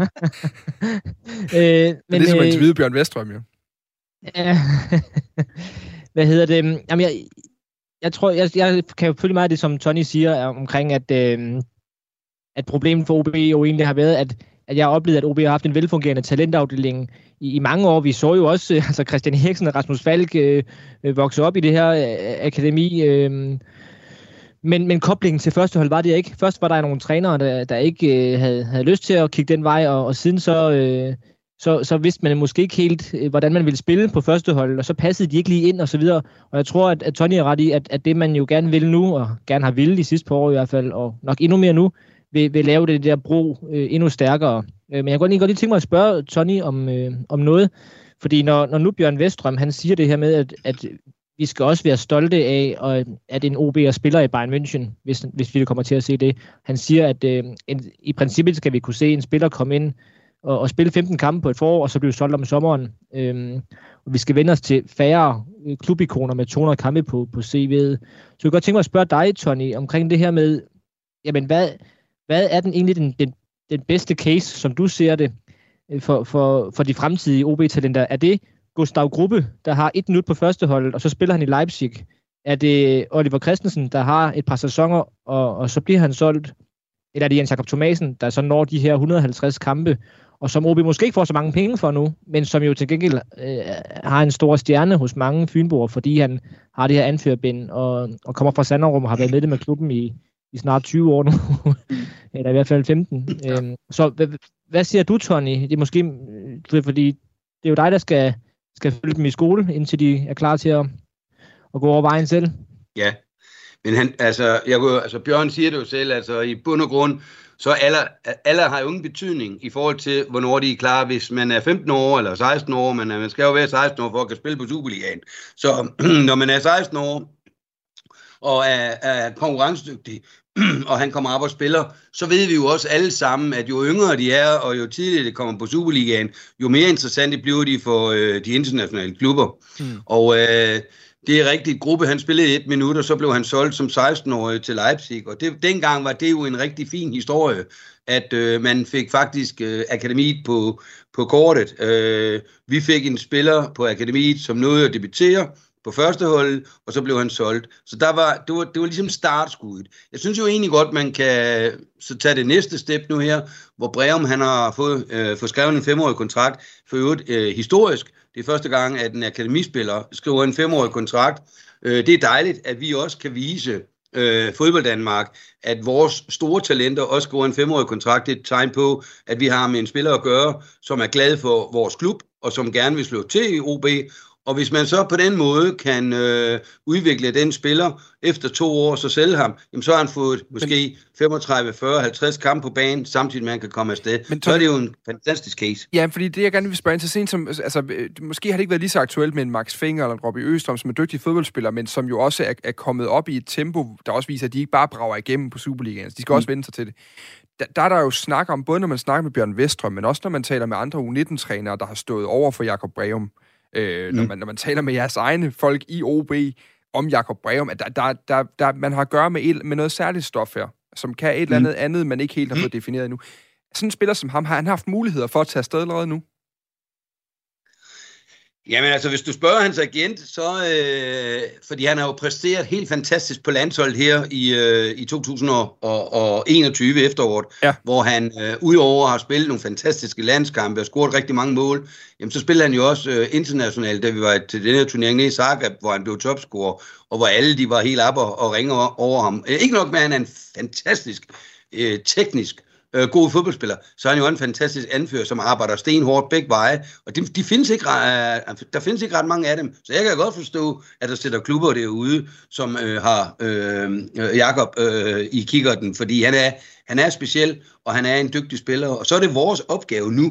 Speaker 1: det er ligesom at interviewede Bjørn Westrøm, jo.
Speaker 3: Ja. Hvad hedder det? Jamen, jeg tror, jeg kan jo følge meget af det, som Tony siger, omkring, at problemet for OB jo egentlig har været, at jeg har oplevet, at OB har haft en velfungerende talentafdeling i mange år. Vi så jo også altså Christian Eriksen og Rasmus Falk vokse op i det her akademi. Men koblingen til førstehold var det ikke. Først var der nogle trænere, der ikke havde lyst til at kigge den vej, og siden så vidste man måske ikke helt, hvordan man ville spille på førstehold, og så passede de ikke lige ind og så videre. Og jeg tror, at Tony er ret i, at det man jo gerne vil nu, og gerne har ville de sidste par år i hvert fald, og nok endnu mere nu, vil lave det der bro endnu stærkere. Men jeg kunne godt lige tænke mig at spørge Tony om noget, fordi når nu Bjørn Westrøm, han siger det her med, at vi skal også være stolte af, at en OB'er spiller i Bayern München, hvis vi kommer til at se det. Han siger, at i princippet skal vi kunne se en spiller komme ind og spille 15 kampe på et forår, og så blive solgt om sommeren. Og vi skal vende os til færre klubikoner med 200 kampe på CV'et. Så jeg kan godt tænke mig at spørge dig, Tony, omkring det her med, jamen hvad er den egentlig den bedste case, som du ser det, for de fremtidige OB-talenter? Er det Gustav Grubbe, der har 1 minut på førsteholdet, og så spiller han i Leipzig? Er det Oliver Christensen, der har et par sæsoner, og så bliver han solgt? Eller er det Jens Jakob Thomasen, der så når de her 150 kampe, og som OB måske ikke får så mange penge for nu, men som jo til gengæld har en stor stjerne hos mange fynboer, fordi han har det her anførbind, og kommer fra Sanderum og har været medlem med klubben i snart 20 år nu, eller i hvert fald 15. Så hvad siger du, Tony? Det er måske, fordi det er jo dig, der skal følge dem i skole, indtil de er klar til at gå over vejen selv.
Speaker 4: Ja, men Bjørn siger det jo selv, altså i bund og grund, så alder har jo ingen betydning i forhold til, hvornår de er klar. Hvis man er 15 år eller 16 år, man skal jo være 16 år for at kan spille på Superligaen. Så når man er 16 år og er konkurrencedygtig, og han kommer op og spiller, så ved vi jo også alle sammen, at jo yngre de er, og jo tidligere de kommer på Superligaen, jo mere interessante bliver de for de internationale klubber. Og det er rigtigt. Gruppe, han spillede 1 minut, og så blev han solgt som 16-årig til Leipzig. Og dengang var det jo en rigtig fin historie, at man fik faktisk akademiet på kortet. Vi fik en spiller på akademiet, som nåede at debutere på første hold, og så blev han solgt. Så det var ligesom startskuddet. Jeg synes jo egentlig godt, man kan så tage det næste step nu her, hvor Breum han har fået skrevet en 5-årig kontrakt, for øvrigt historisk. Det er første gang, at en akademispiller skriver en 5-årig kontrakt. Det er dejligt, at vi også kan vise fodbold Danmark, at vores store talenter også går en 5-årig kontrakt. Det er et tegn på, at vi har med en spiller at gøre, som er glad for vores klub, og som gerne vil slå til i OB. Og hvis man så på den måde kan udvikle den spiller efter 2 år, så sælge ham, jamen så har han fået måske 35, 40, 50 kampe på banen, samtidig med at han kan komme afsted. Så er det jo en fantastisk case.
Speaker 1: Ja, fordi det jeg gerne vil spørge ind til sent som, altså måske har det ikke været lige så aktuelt med en Max Finger eller en Robbie Østrøm, som er dygtige fodboldspillere, men som jo også er kommet op i et tempo, der også viser, at de ikke bare brager igennem på Superligaen. Altså, de skal også vende sig til det. Der er der jo snak om, både når man snakker med Bjørn Vestrøm, men også når man taler med andre U19-trænere, der har stået over for Jakob Breum. Når man taler med jeres egne folk i OB om Jakob Breum, at man har at gøre med noget særligt stof her, som kan et eller andet, man ikke helt har fået defineret endnu. Sådan en spiller som ham, har han haft muligheder for at tage afsted allerede nu?
Speaker 4: Jamen altså, hvis du spørger hans agent, så fordi han har jo præsteret helt fantastisk på landsholdet her i 2021 efteråret, hvor han udover har spillet nogle fantastiske landskampe og scoret rigtig mange mål, jamen så spillede han jo også internationalt, da vi var til den her turnering nede i Zagreb, hvor han blev topscorer, og hvor alle de var helt op og ringe over ham. Ikke nok med, at han er en fantastisk teknisk god fodboldspiller, så er han jo en fantastisk anfører, som arbejder stenhårdt begge veje, og der findes ikke ret mange af dem, så jeg kan godt forstå, at der sætter klubber derude, som har Jakob i kikkerten, fordi han er speciel, og han er en dygtig spiller, og så er det vores opgave nu,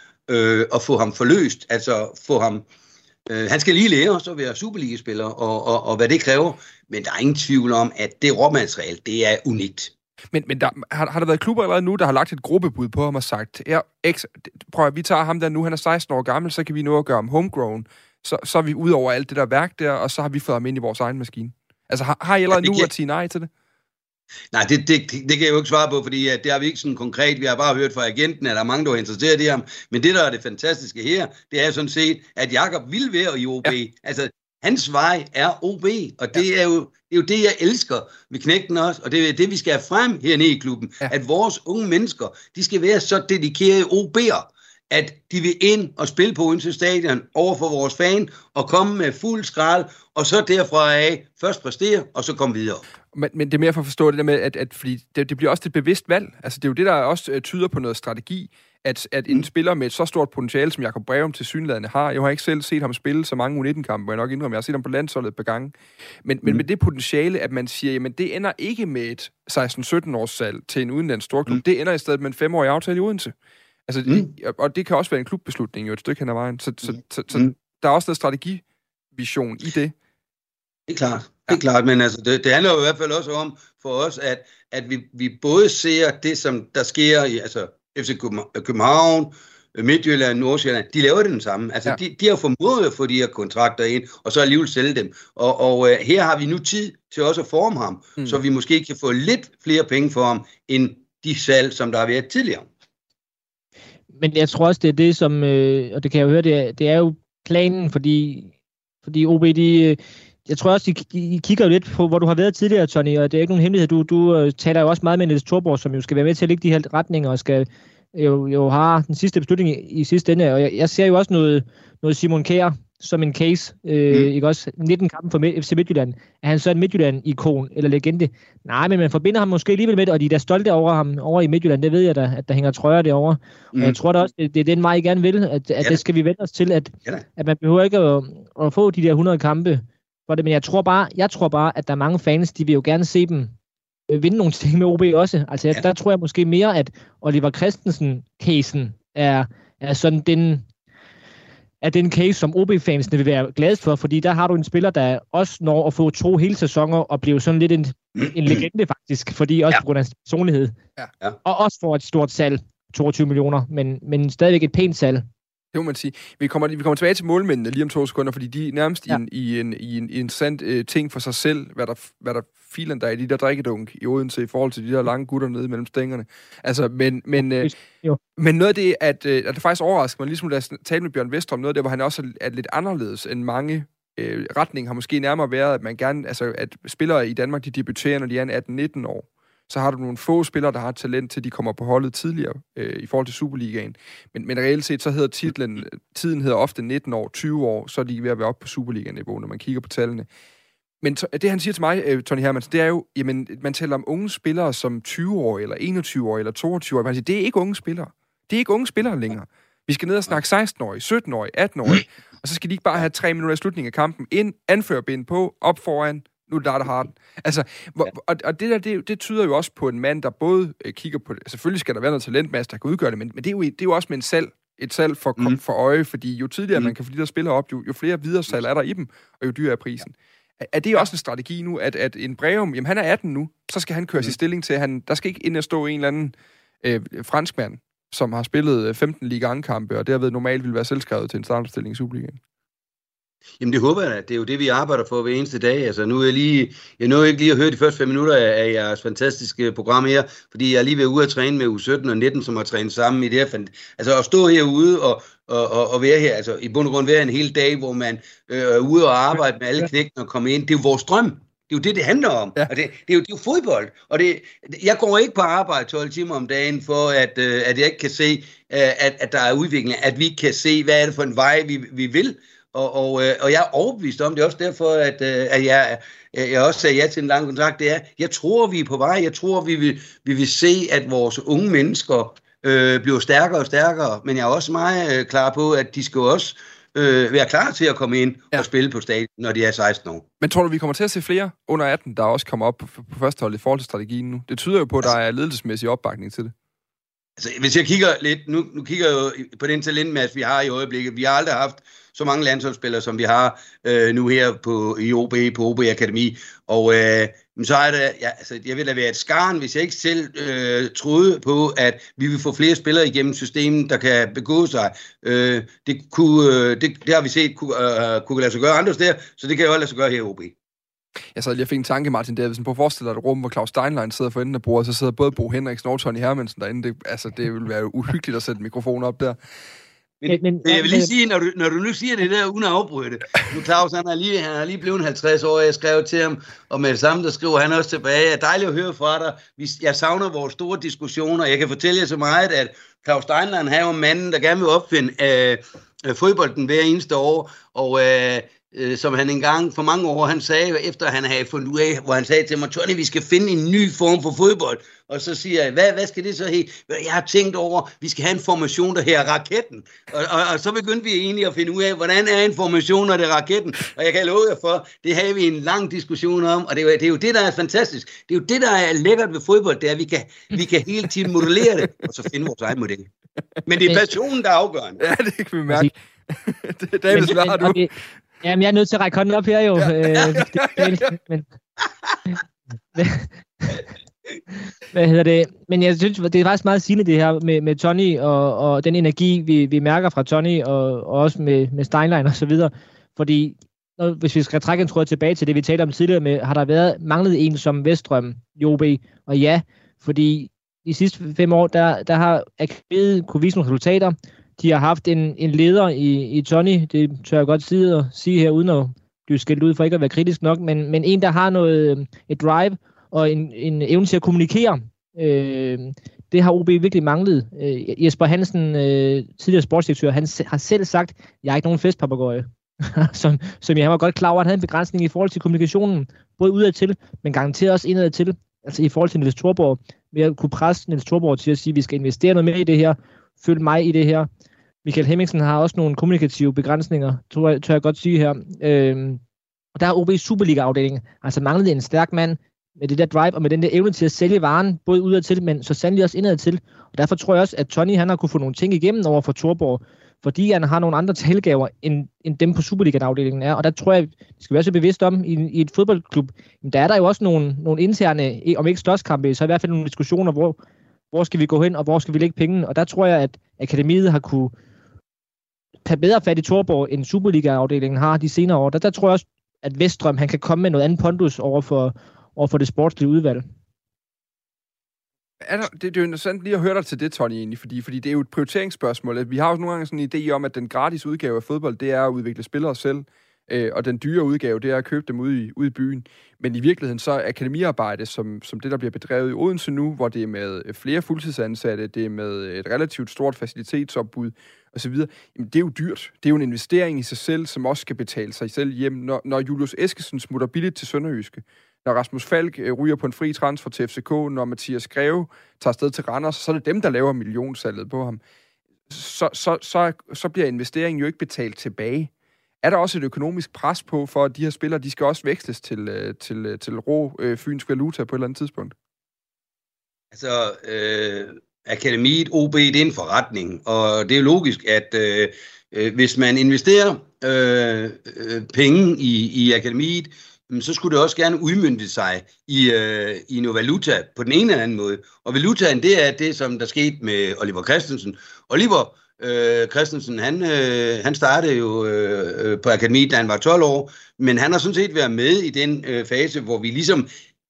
Speaker 4: at få ham forløst, altså få ham. Han skal lige lære os at være Superliga-spiller, og hvad det kræver, men der er ingen tvivl om, at det råmateriale, det er unikt.
Speaker 1: Men har der været klubber allerede nu, der har lagt et gruppebud på ham og sagt, prøv at vi tager ham der nu, han er 16 år gammel, så kan vi nå at gøre ham homegrown, så er vi ud over alt det der værk der, og så har vi fået ham ind i vores egen maskine. Altså har I allerede nu at sige nej til det?
Speaker 4: Nej, det kan jeg jo ikke svare på, fordi det har vi ikke sådan konkret. Vi har bare hørt fra agenten, at der er mange, der er interesseret i ham. Men det, der er det fantastiske her, det er sådan set, at Jakob vil være i OB. Ja. Altså, hans vej er OB, og det er jo det, jeg elsker ved Knægten også, og det er det, vi skal have frem hernede i klubben, at vores unge mennesker, de skal være så dedikerede OB'er, at de vil ind og spille på Odense Stadion over for vores fan, og komme med fuld skrald, og så derfra af først præstere, og så komme videre.
Speaker 1: Men det er mere for at forstå det der med, at fordi det bliver også et bevidst valg. Altså det er jo det, der også tyder på noget strategi, at en spiller med et så stort potentiale, som Jakob Breum tilsyneladende har. Jeg har ikke selv set ham spille så mange U19-kampe, hvor jeg nok indrømmer, jeg har set ham på landsholdet et par gange. Men med det potentiale, at man siger, jamen det ender ikke med et 16-17 års salg til en udenlandsk storklub. Det ender i stedet med en 5-årig aftale i Odense. Altså, og det kan også være en klubbeslutning jo et stykke hen ad vejen. Så der er også noget strategivision i det.
Speaker 4: Det er klart. Det er klart, men altså, det handler jo i hvert fald også om for os, at vi både ser det, som der sker i FC København, Midtjylland, Nordsjælland, de laver det den samme. Altså, de har formået at få de her kontrakter ind, og så alligevel sælge dem. Og her har vi nu tid til også at forme ham, så vi måske kan få lidt flere penge for ham, end de salg, som der har været tidligere.
Speaker 3: Men jeg tror også, det er det, som, og det kan jeg jo høre, det er jo planen, fordi OB, jeg tror også, de kigger jo lidt på, hvor du har været tidligere, Tony, og det er ikke nogen hemmelighed. Du taler jo også meget med Niels Thorborg, som jo skal være med til at lægge de her retninger, og skal jo har den sidste beslutning i sidste ende. Og jeg ser jo også noget Simon Kjær som en case, ikke også 19 kampe for FC Midtjylland. Er han så en Midtjylland-ikon eller legende? Nej, men man forbinder ham måske alligevel med det, og de er da stolte over ham over i Midtjylland. Det ved jeg da, at der hænger trøjer derovre. Og jeg tror da også, det er den vej, I gerne vil, at det skal vi vende os til, at man behøver ikke at få de der 100 kampe for det. Men jeg tror bare, at der er mange fans, de vil jo gerne se dem vinde nogle ting med OB også. Altså, der tror jeg måske mere, at Oliver Christensen-casen er sådan den case, som OB-fansene vil være glade for, fordi der har du en spiller, der også når at få 2 hele sæsoner og blive sådan lidt en legende faktisk, fordi også på grund af hans personlighed. Ja. Og også får et stort salg, 22 millioner, men stadigvæk et pænt salg.
Speaker 1: Det må man sige. Vi kommer tilbage til målmændene lige om 2 sekunder, fordi de er nærmest i en sand ting for sig selv, hvad der filen der er i de der drikkedunk i Odense i forhold til de der lange gutter nede mellem stængerne. Altså, men noget af det, at det faktisk overrasker mig, ligesom da jeg talte med Bjørn Vestrøm, noget af det, hvor han også er lidt anderledes end mange retning har måske nærmere været, at man gerne, altså at spillere i Danmark, de debuterer, når de er 18-19 år. Så har du nogle få spillere, der har talent til, de kommer på holdet tidligere i forhold til Superligaen. Men reelt set, så hedder tiden hedder ofte 19 år, 20 år, så er de ved at være oppe på Superliga-niveau, når man kigger på tallene. Men det, han siger til mig, Tony Hermansen, det er jo, jamen, man taler om unge spillere som 20 år, eller 21 år, eller 22 år. Man siger, det er ikke unge spillere. Det er ikke unge spillere længere. Vi skal ned og snakke 16-årige, 17-årige, 18-årige, og så skal de ikke bare have 3 minutter i slutningen af kampen. Ind, anførbind på, op foran, nu er det der har den. Altså, og det der, det tyder jo også på en mand, der både kigger på det. Selvfølgelig skal der være noget talentmasse, der kan udgøre det, men det er jo også med et salg for øje, fordi jo tidligere man kan få de der spillere op, jo flere videre salg er der i dem, og jo dyrere er prisen. Er det også en strategi nu, at en Breum, jamen han er 18 nu, så skal han køre sin stilling til, der skal ikke ind og stå en eller anden franskmand, som har spillet 15 Ligue 1-kampe, og derved normalt vil være selvskrevet til en startopstilling i Superligaen?
Speaker 4: Jamen det håber jeg da. Det er jo det, vi arbejder for hver eneste dag. Altså nu er jeg nåede ikke lige at høre de første 5 minutter af jeres fantastiske program her, fordi jeg er lige ved ude at træne med U17 og 19, som har trænet sammen i det her. Altså at stå herude og være her, altså i bund og grund være en hel dag, hvor man er ude og arbejde med alle knækkene og komme ind. Det er jo vores drøm. Det er jo det handler om. Ja. Og det er jo fodbold. Og jeg går ikke på arbejde 12 timer om dagen, for at jeg ikke kan se, at der er udvikling, at vi kan se, hvad er det for en vej, vi vil. Og jeg er overbevist om, det er også derfor, at jeg også sagde ja til en lang kontrakt, det er, jeg tror, vi er på vej, jeg tror, vi vil se, at vores unge mennesker bliver stærkere og stærkere, men jeg er også meget klar på, at de skal også være klar til at komme ind og spille på stadion, når de er 16 år.
Speaker 1: Men tror du, vi kommer til at se flere under 18, der også kommer op på første hold i forhold til strategien nu? Det tyder jo på, at der er ledelsesmæssig opbakning til det.
Speaker 4: Altså, hvis jeg kigger lidt, nu kigger jeg jo på den talentmasse, vi har i øjeblikket. Vi har aldrig haft så mange landsholdsspillere, som vi har nu her i OB, på OB Akademi. Og så er det, jeg vil da være et skarn, hvis jeg ikke selv troede på, at vi vil få flere spillere igennem systemet, der kan begå sig. Det har vi set kunne lade sig gøre andre steder, så det kan jo også lade sig gøre her i OB.
Speaker 1: Jeg sad lige og fik en tanke, Martin Davidsen, på at forestille dig et rum, hvor Claus Steinlein sidder for enden af bordet, så sidder både Bo Henriksen og Tony Hermansen derinde. Det vil være uhyggeligt at sætte mikrofonen op der.
Speaker 4: Men jeg vil lige sige, når du nu siger det der uden at afbryde det. Nu Claus, han er lige blevet 50 år, jeg skrev til ham, og med det samme, der skriver han også tilbage. Det er dejligt at høre fra dig. Jeg savner vores store diskussioner. Jeg kan fortælle jer så meget, at Claus Steinlein er jo manden, der gerne vil opfinde fodbolden hver eneste år, og som han engang for mange år, han sagde, efter han havde fundet ud af, hvor han sagde til mig, Tony, vi skal finde en ny form for fodbold. Og så siger jeg, hvad skal det så hedde? Jeg har tænkt over, vi skal have en formation, der hedder raketten. Og så begyndte vi egentlig at finde ud af, hvordan er en formation, når det er raketten? Og jeg kan love jer for, det havde vi en lang diskussion om, og det er jo det, der er fantastisk. Det er jo det, der er lækkert ved fodbold, det er, at vi kan hele tiden modellere det, og så finde vores egen model. Men det er passionen, der er afgørende.
Speaker 1: Ja, det kan vi mærke. David, hvad har du?
Speaker 3: Jamen, jeg er nødt til at række hånden op her jo. Hvad hedder det? Men jeg synes, det er faktisk meget sigende det her med Tony og den energi, vi mærker fra Tony og også med Steinlein og så videre. Fordi hvis vi skal trække en tråd tilbage til det, vi talte om tidligere med, har der manglet en som Vestrøm i OB? Og ja, fordi de sidste 5 år, der har akademiet kunne vise nogle resultater. De har haft en leder i Tony, det tør jeg godt sige her, uden at blive skældt ud for ikke at være kritisk nok, men en, der har et drive og en evne til at kommunikere. Det har OB virkelig manglet. Jesper Hansen, tidligere sportsdirektør, han har selv sagt, jeg er ikke nogen festpapagøje. som jeg var godt klar over, at han havde en begrænsning i forhold til kommunikationen, både udad til, men garanteret også indad til. Altså i forhold til Niels Thorborg, ved at kunne presse Niels Thorborg til at sige, at vi skal investere noget mere i det her, følg mig i det her. Michael Hemmingsen har også nogle kommunikative begrænsninger, tør jeg godt sige her. Og der er OB's Superliga-afdeling altså manglet en stærk mand med det der drive og med den der evne til at sælge varen, både udad til, men så sandelig også indad til. Og derfor tror jeg også, at Tony han har kunne få nogle ting igennem over for Thorborg, fordi han har nogle andre tilgaver, end dem på Superliga-afdelingen er. Og der tror jeg, det skal være så bevidst om i et fodboldklub. Men der er der jo også nogle interne, om ikke slåskampe, så i hvert fald nogle diskussioner, hvor skal vi gå hen, og hvor skal vi lægge pengene. Og der tror jeg, at akademiet har kunne tage bedre fat i Thorborg, end Superliga-afdelingen har de senere år. Der tror jeg også, at Vestrøm han kan komme med noget andet pondus over for det sportslige udvalg.
Speaker 1: Det er jo interessant lige at høre dig til det, Tony, egentlig, fordi det er jo et prioriteringsspørgsmål. Vi har jo nogle gange sådan en idé om, at den gratis udgave af fodbold, det er at udvikle spillere selv. og den dyre udgave, det er at købe dem ude i byen. Men i virkeligheden så er akademiarbejde, som det, der bliver bedrevet i Odense nu, hvor det er med flere fuldtidsansatte, det er med et relativt stort facilitetsopbud osv., jamen det er jo dyrt. Det er jo en investering i sig selv, som også skal betale sig selv hjem. Når Julius Eskesen smutter billigt til Sønderjyske, når Rasmus Falk ryger på en fri transfer til FCK, når Mathias Greve tager afsted til Randers, så er det dem, der laver millionsalget på ham. Så bliver investeringen jo ikke betalt tilbage. Er der også et økonomisk pres på, for at de her spillere, de skal også veksles til rå fynsk valuta på et eller andet tidspunkt?
Speaker 4: Altså, akademiet, OB, det er en forretning, og det er logisk, at hvis man investerer penge i akademiet, så skulle det også gerne udmønte sig i noget valuta på den ene eller anden måde. Og valutaen, det er det, som der skete med Oliver Christensen. Oliver Christensen, han startede jo på akademiet, da han var 12 år, men han har sådan set været med i den fase, hvor vi ligesom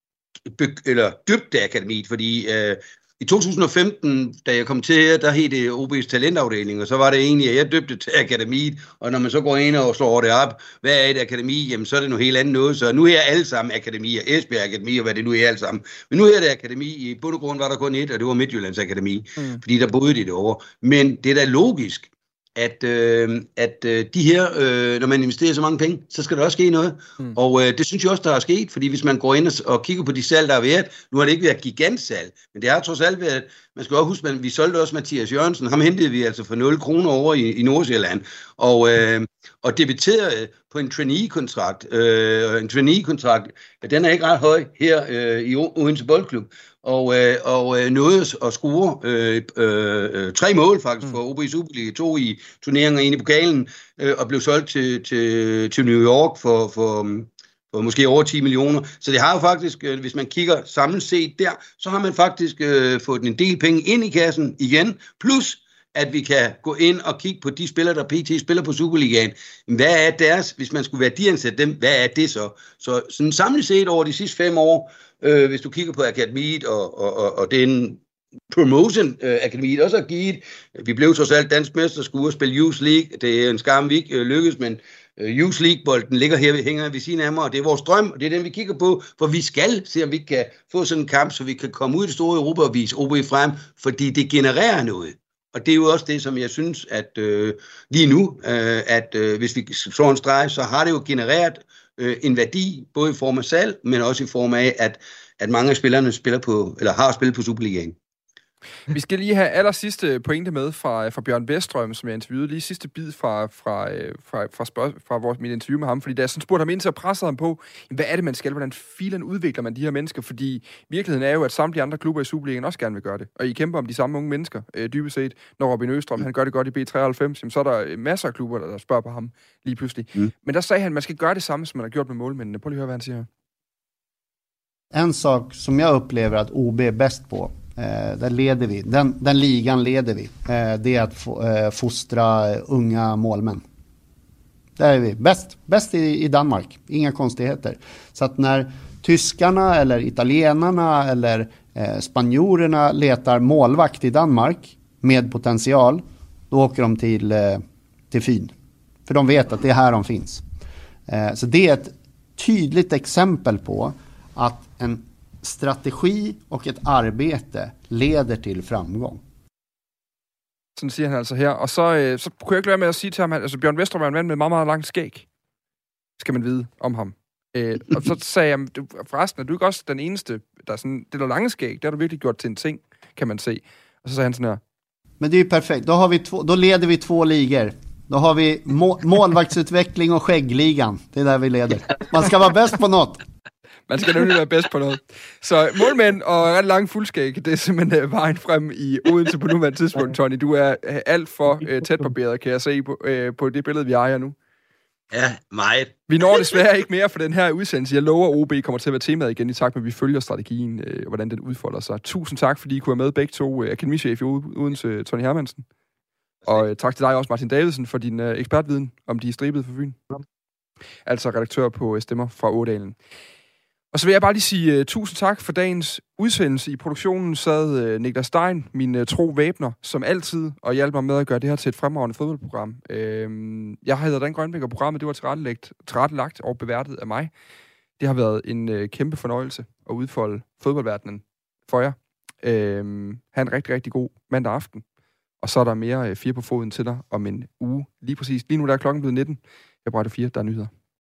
Speaker 4: døbte akademiet, fordi i 2015, da jeg kom til her, der hed det OB's talentafdeling, og så var det egentlig, at jeg døbte til akademiet, og når man så går ind og slår det op, hvad er et akademi, jamen så er det noget helt andet noget, så nu er alle sammen akademier, Esbjerg Akademi, og hvad det nu er alle sammen. Men nu er det akademi, i bund og grund var der kun et, og det var Midtjyllands Akademi, fordi der boede de derovre. Men det er da logisk, at de her, når man investerer så mange penge, så skal der også ske noget. Og det synes jeg også, der er sket, fordi hvis man går ind og kigger på de salg, der har været, nu har det ikke været gigantsalg, men det har trods alt været, man skal også huske, at vi solgte også Mathias Jørgensen, ham hentede vi altså for 0 kroner over i Nordsjælland, og debiterede på en trainee-kontrakt. En trainee-kontrakt, den er ikke ret høj her i Odense Boldklub, og nåede at score 3 mål faktisk for OB Superliga, 2 i turneringer, 1 i pokalen, og blev solgt til New York for måske over 10 millioner. Så det har jo faktisk, hvis man kigger samlet set der, så har man faktisk fået en del penge ind i kassen igen, plus at vi kan gå ind og kigge på de spillere, der pt. Spiller på Superligaen. Hvad er deres, hvis man skulle være de dem, hvad er det så? Så sådan samlet set over de sidste 5 år, hvis du kigger på akademiet og den promotion akademiet også har givet. Vi blev trods alt dansk mester, skulle ud og spille Youth League. Det er en skam, vi ikke lykkes, men Youth League-bolden ligger her, hænger ved siden af mig, og det er vores drøm, og det er den, vi kigger på, for vi skal se, om vi kan få sådan en kamp, så vi kan komme ud i det store Europa og vise OB frem, fordi det genererer noget. Og det er jo også det, som jeg synes, at lige nu, hvis vi slår en streg, så har det jo genereret en værdi, både i form af salg, men også i form af, at mange af spillerne spiller på, eller har spillet på Superligaen.
Speaker 1: Vi skal lige have allersidste pointe med fra Bjørn Vestrøm, som jeg interviewede lige sidste bid fra mit interview med ham, fordi da jeg sådan spurgte ham ind til at presse ham på, hvad er det, man skal, hvordan filen udvikler man de her mennesker, fordi virkeligheden er jo, at samtlige andre klubber i Superligaen også gerne vil gøre det, og I kæmper om de samme unge mennesker, dybest set. Når Robin Østrøm, han gør det godt i B93, jamen, så er der masser af klubber, der spørger på ham lige pludselig. Men der sagde han, at man skal gøre det samme, som man har gjort med målmændene. Prøv lige at høre, hvad han siger her.
Speaker 2: En sak som jag upplever att OB är bäst på, där leder vi. Den ligan leder vi. Det är att fostra unga målmän. Där är vi bäst i Danmark. Inga konstigheter. Så att när tyskarna eller italienarna eller spanjorerna letar målvakt i Danmark med potential, då åker de till Fyn. För de vet att det är här de finns. Så det är ett tydligt exempel på att en strategi och ett arbete leder till framgång.
Speaker 1: Sådan siger han altså her. Og så kunne jeg ikke lade med at sige til ham, altså Bjørn Vestrøm er en mand med meget, meget langt skæg. Skal man vide om ham. Og så sagde jeg, forresten er du ikke også den eneste, der er sådan, det der lange skæg, det har du virkelig gjort til en ting, kan man se. Og så sagde han sådan her.
Speaker 2: Men det är ju perfekt. Då leder vi 2 ligor. Då har vi målvaktsutveckling och skäggligan. Det är där vi leder. Man ska vara bäst på något.
Speaker 1: Man skal nemlig være bedst på noget. Så målmænd og ret lang fuldskæg, det er simpelthen vejen frem i Odense på nuværende tidspunkt, Tony. Du er alt for tæt barberet, kan jeg se på det billede, vi ejer nu.
Speaker 4: Ja, meget.
Speaker 1: Vi når desværre ikke mere for den her udsendelse. Jeg lover, at OB kommer til at være temaet igen i takt med, at vi følger strategien, hvordan den udfolder sig. Tusind tak, fordi I kunne være med begge to. Akademichef i Odense, Tony Hermansen. Og tak til dig også, Martin Davidsen, for din ekspertviden om de stribede for Fyn. Altså redaktør på Stemmer fra Ådalen. Og så vil jeg bare lige sige tusind tak for dagens udsendelse. I produktionen sad Niklas Stein, min tro væbner, som altid, og hjalp mig med at gøre det her til et fremragende fodboldprogram. Jeg hedder Dan Grønbæk, og programmet det var tilrettelagt og beværtet af mig. Det har været en kæmpe fornøjelse at udfolde fodboldverdenen for jer. Ha' en rigtig, rigtig god mandag aften. Og så er der mere 4 på foden til dig om en uge. Lige præcis. Lige nu der er klokken blevet 19. Jeg brænder 4, der er nyheder.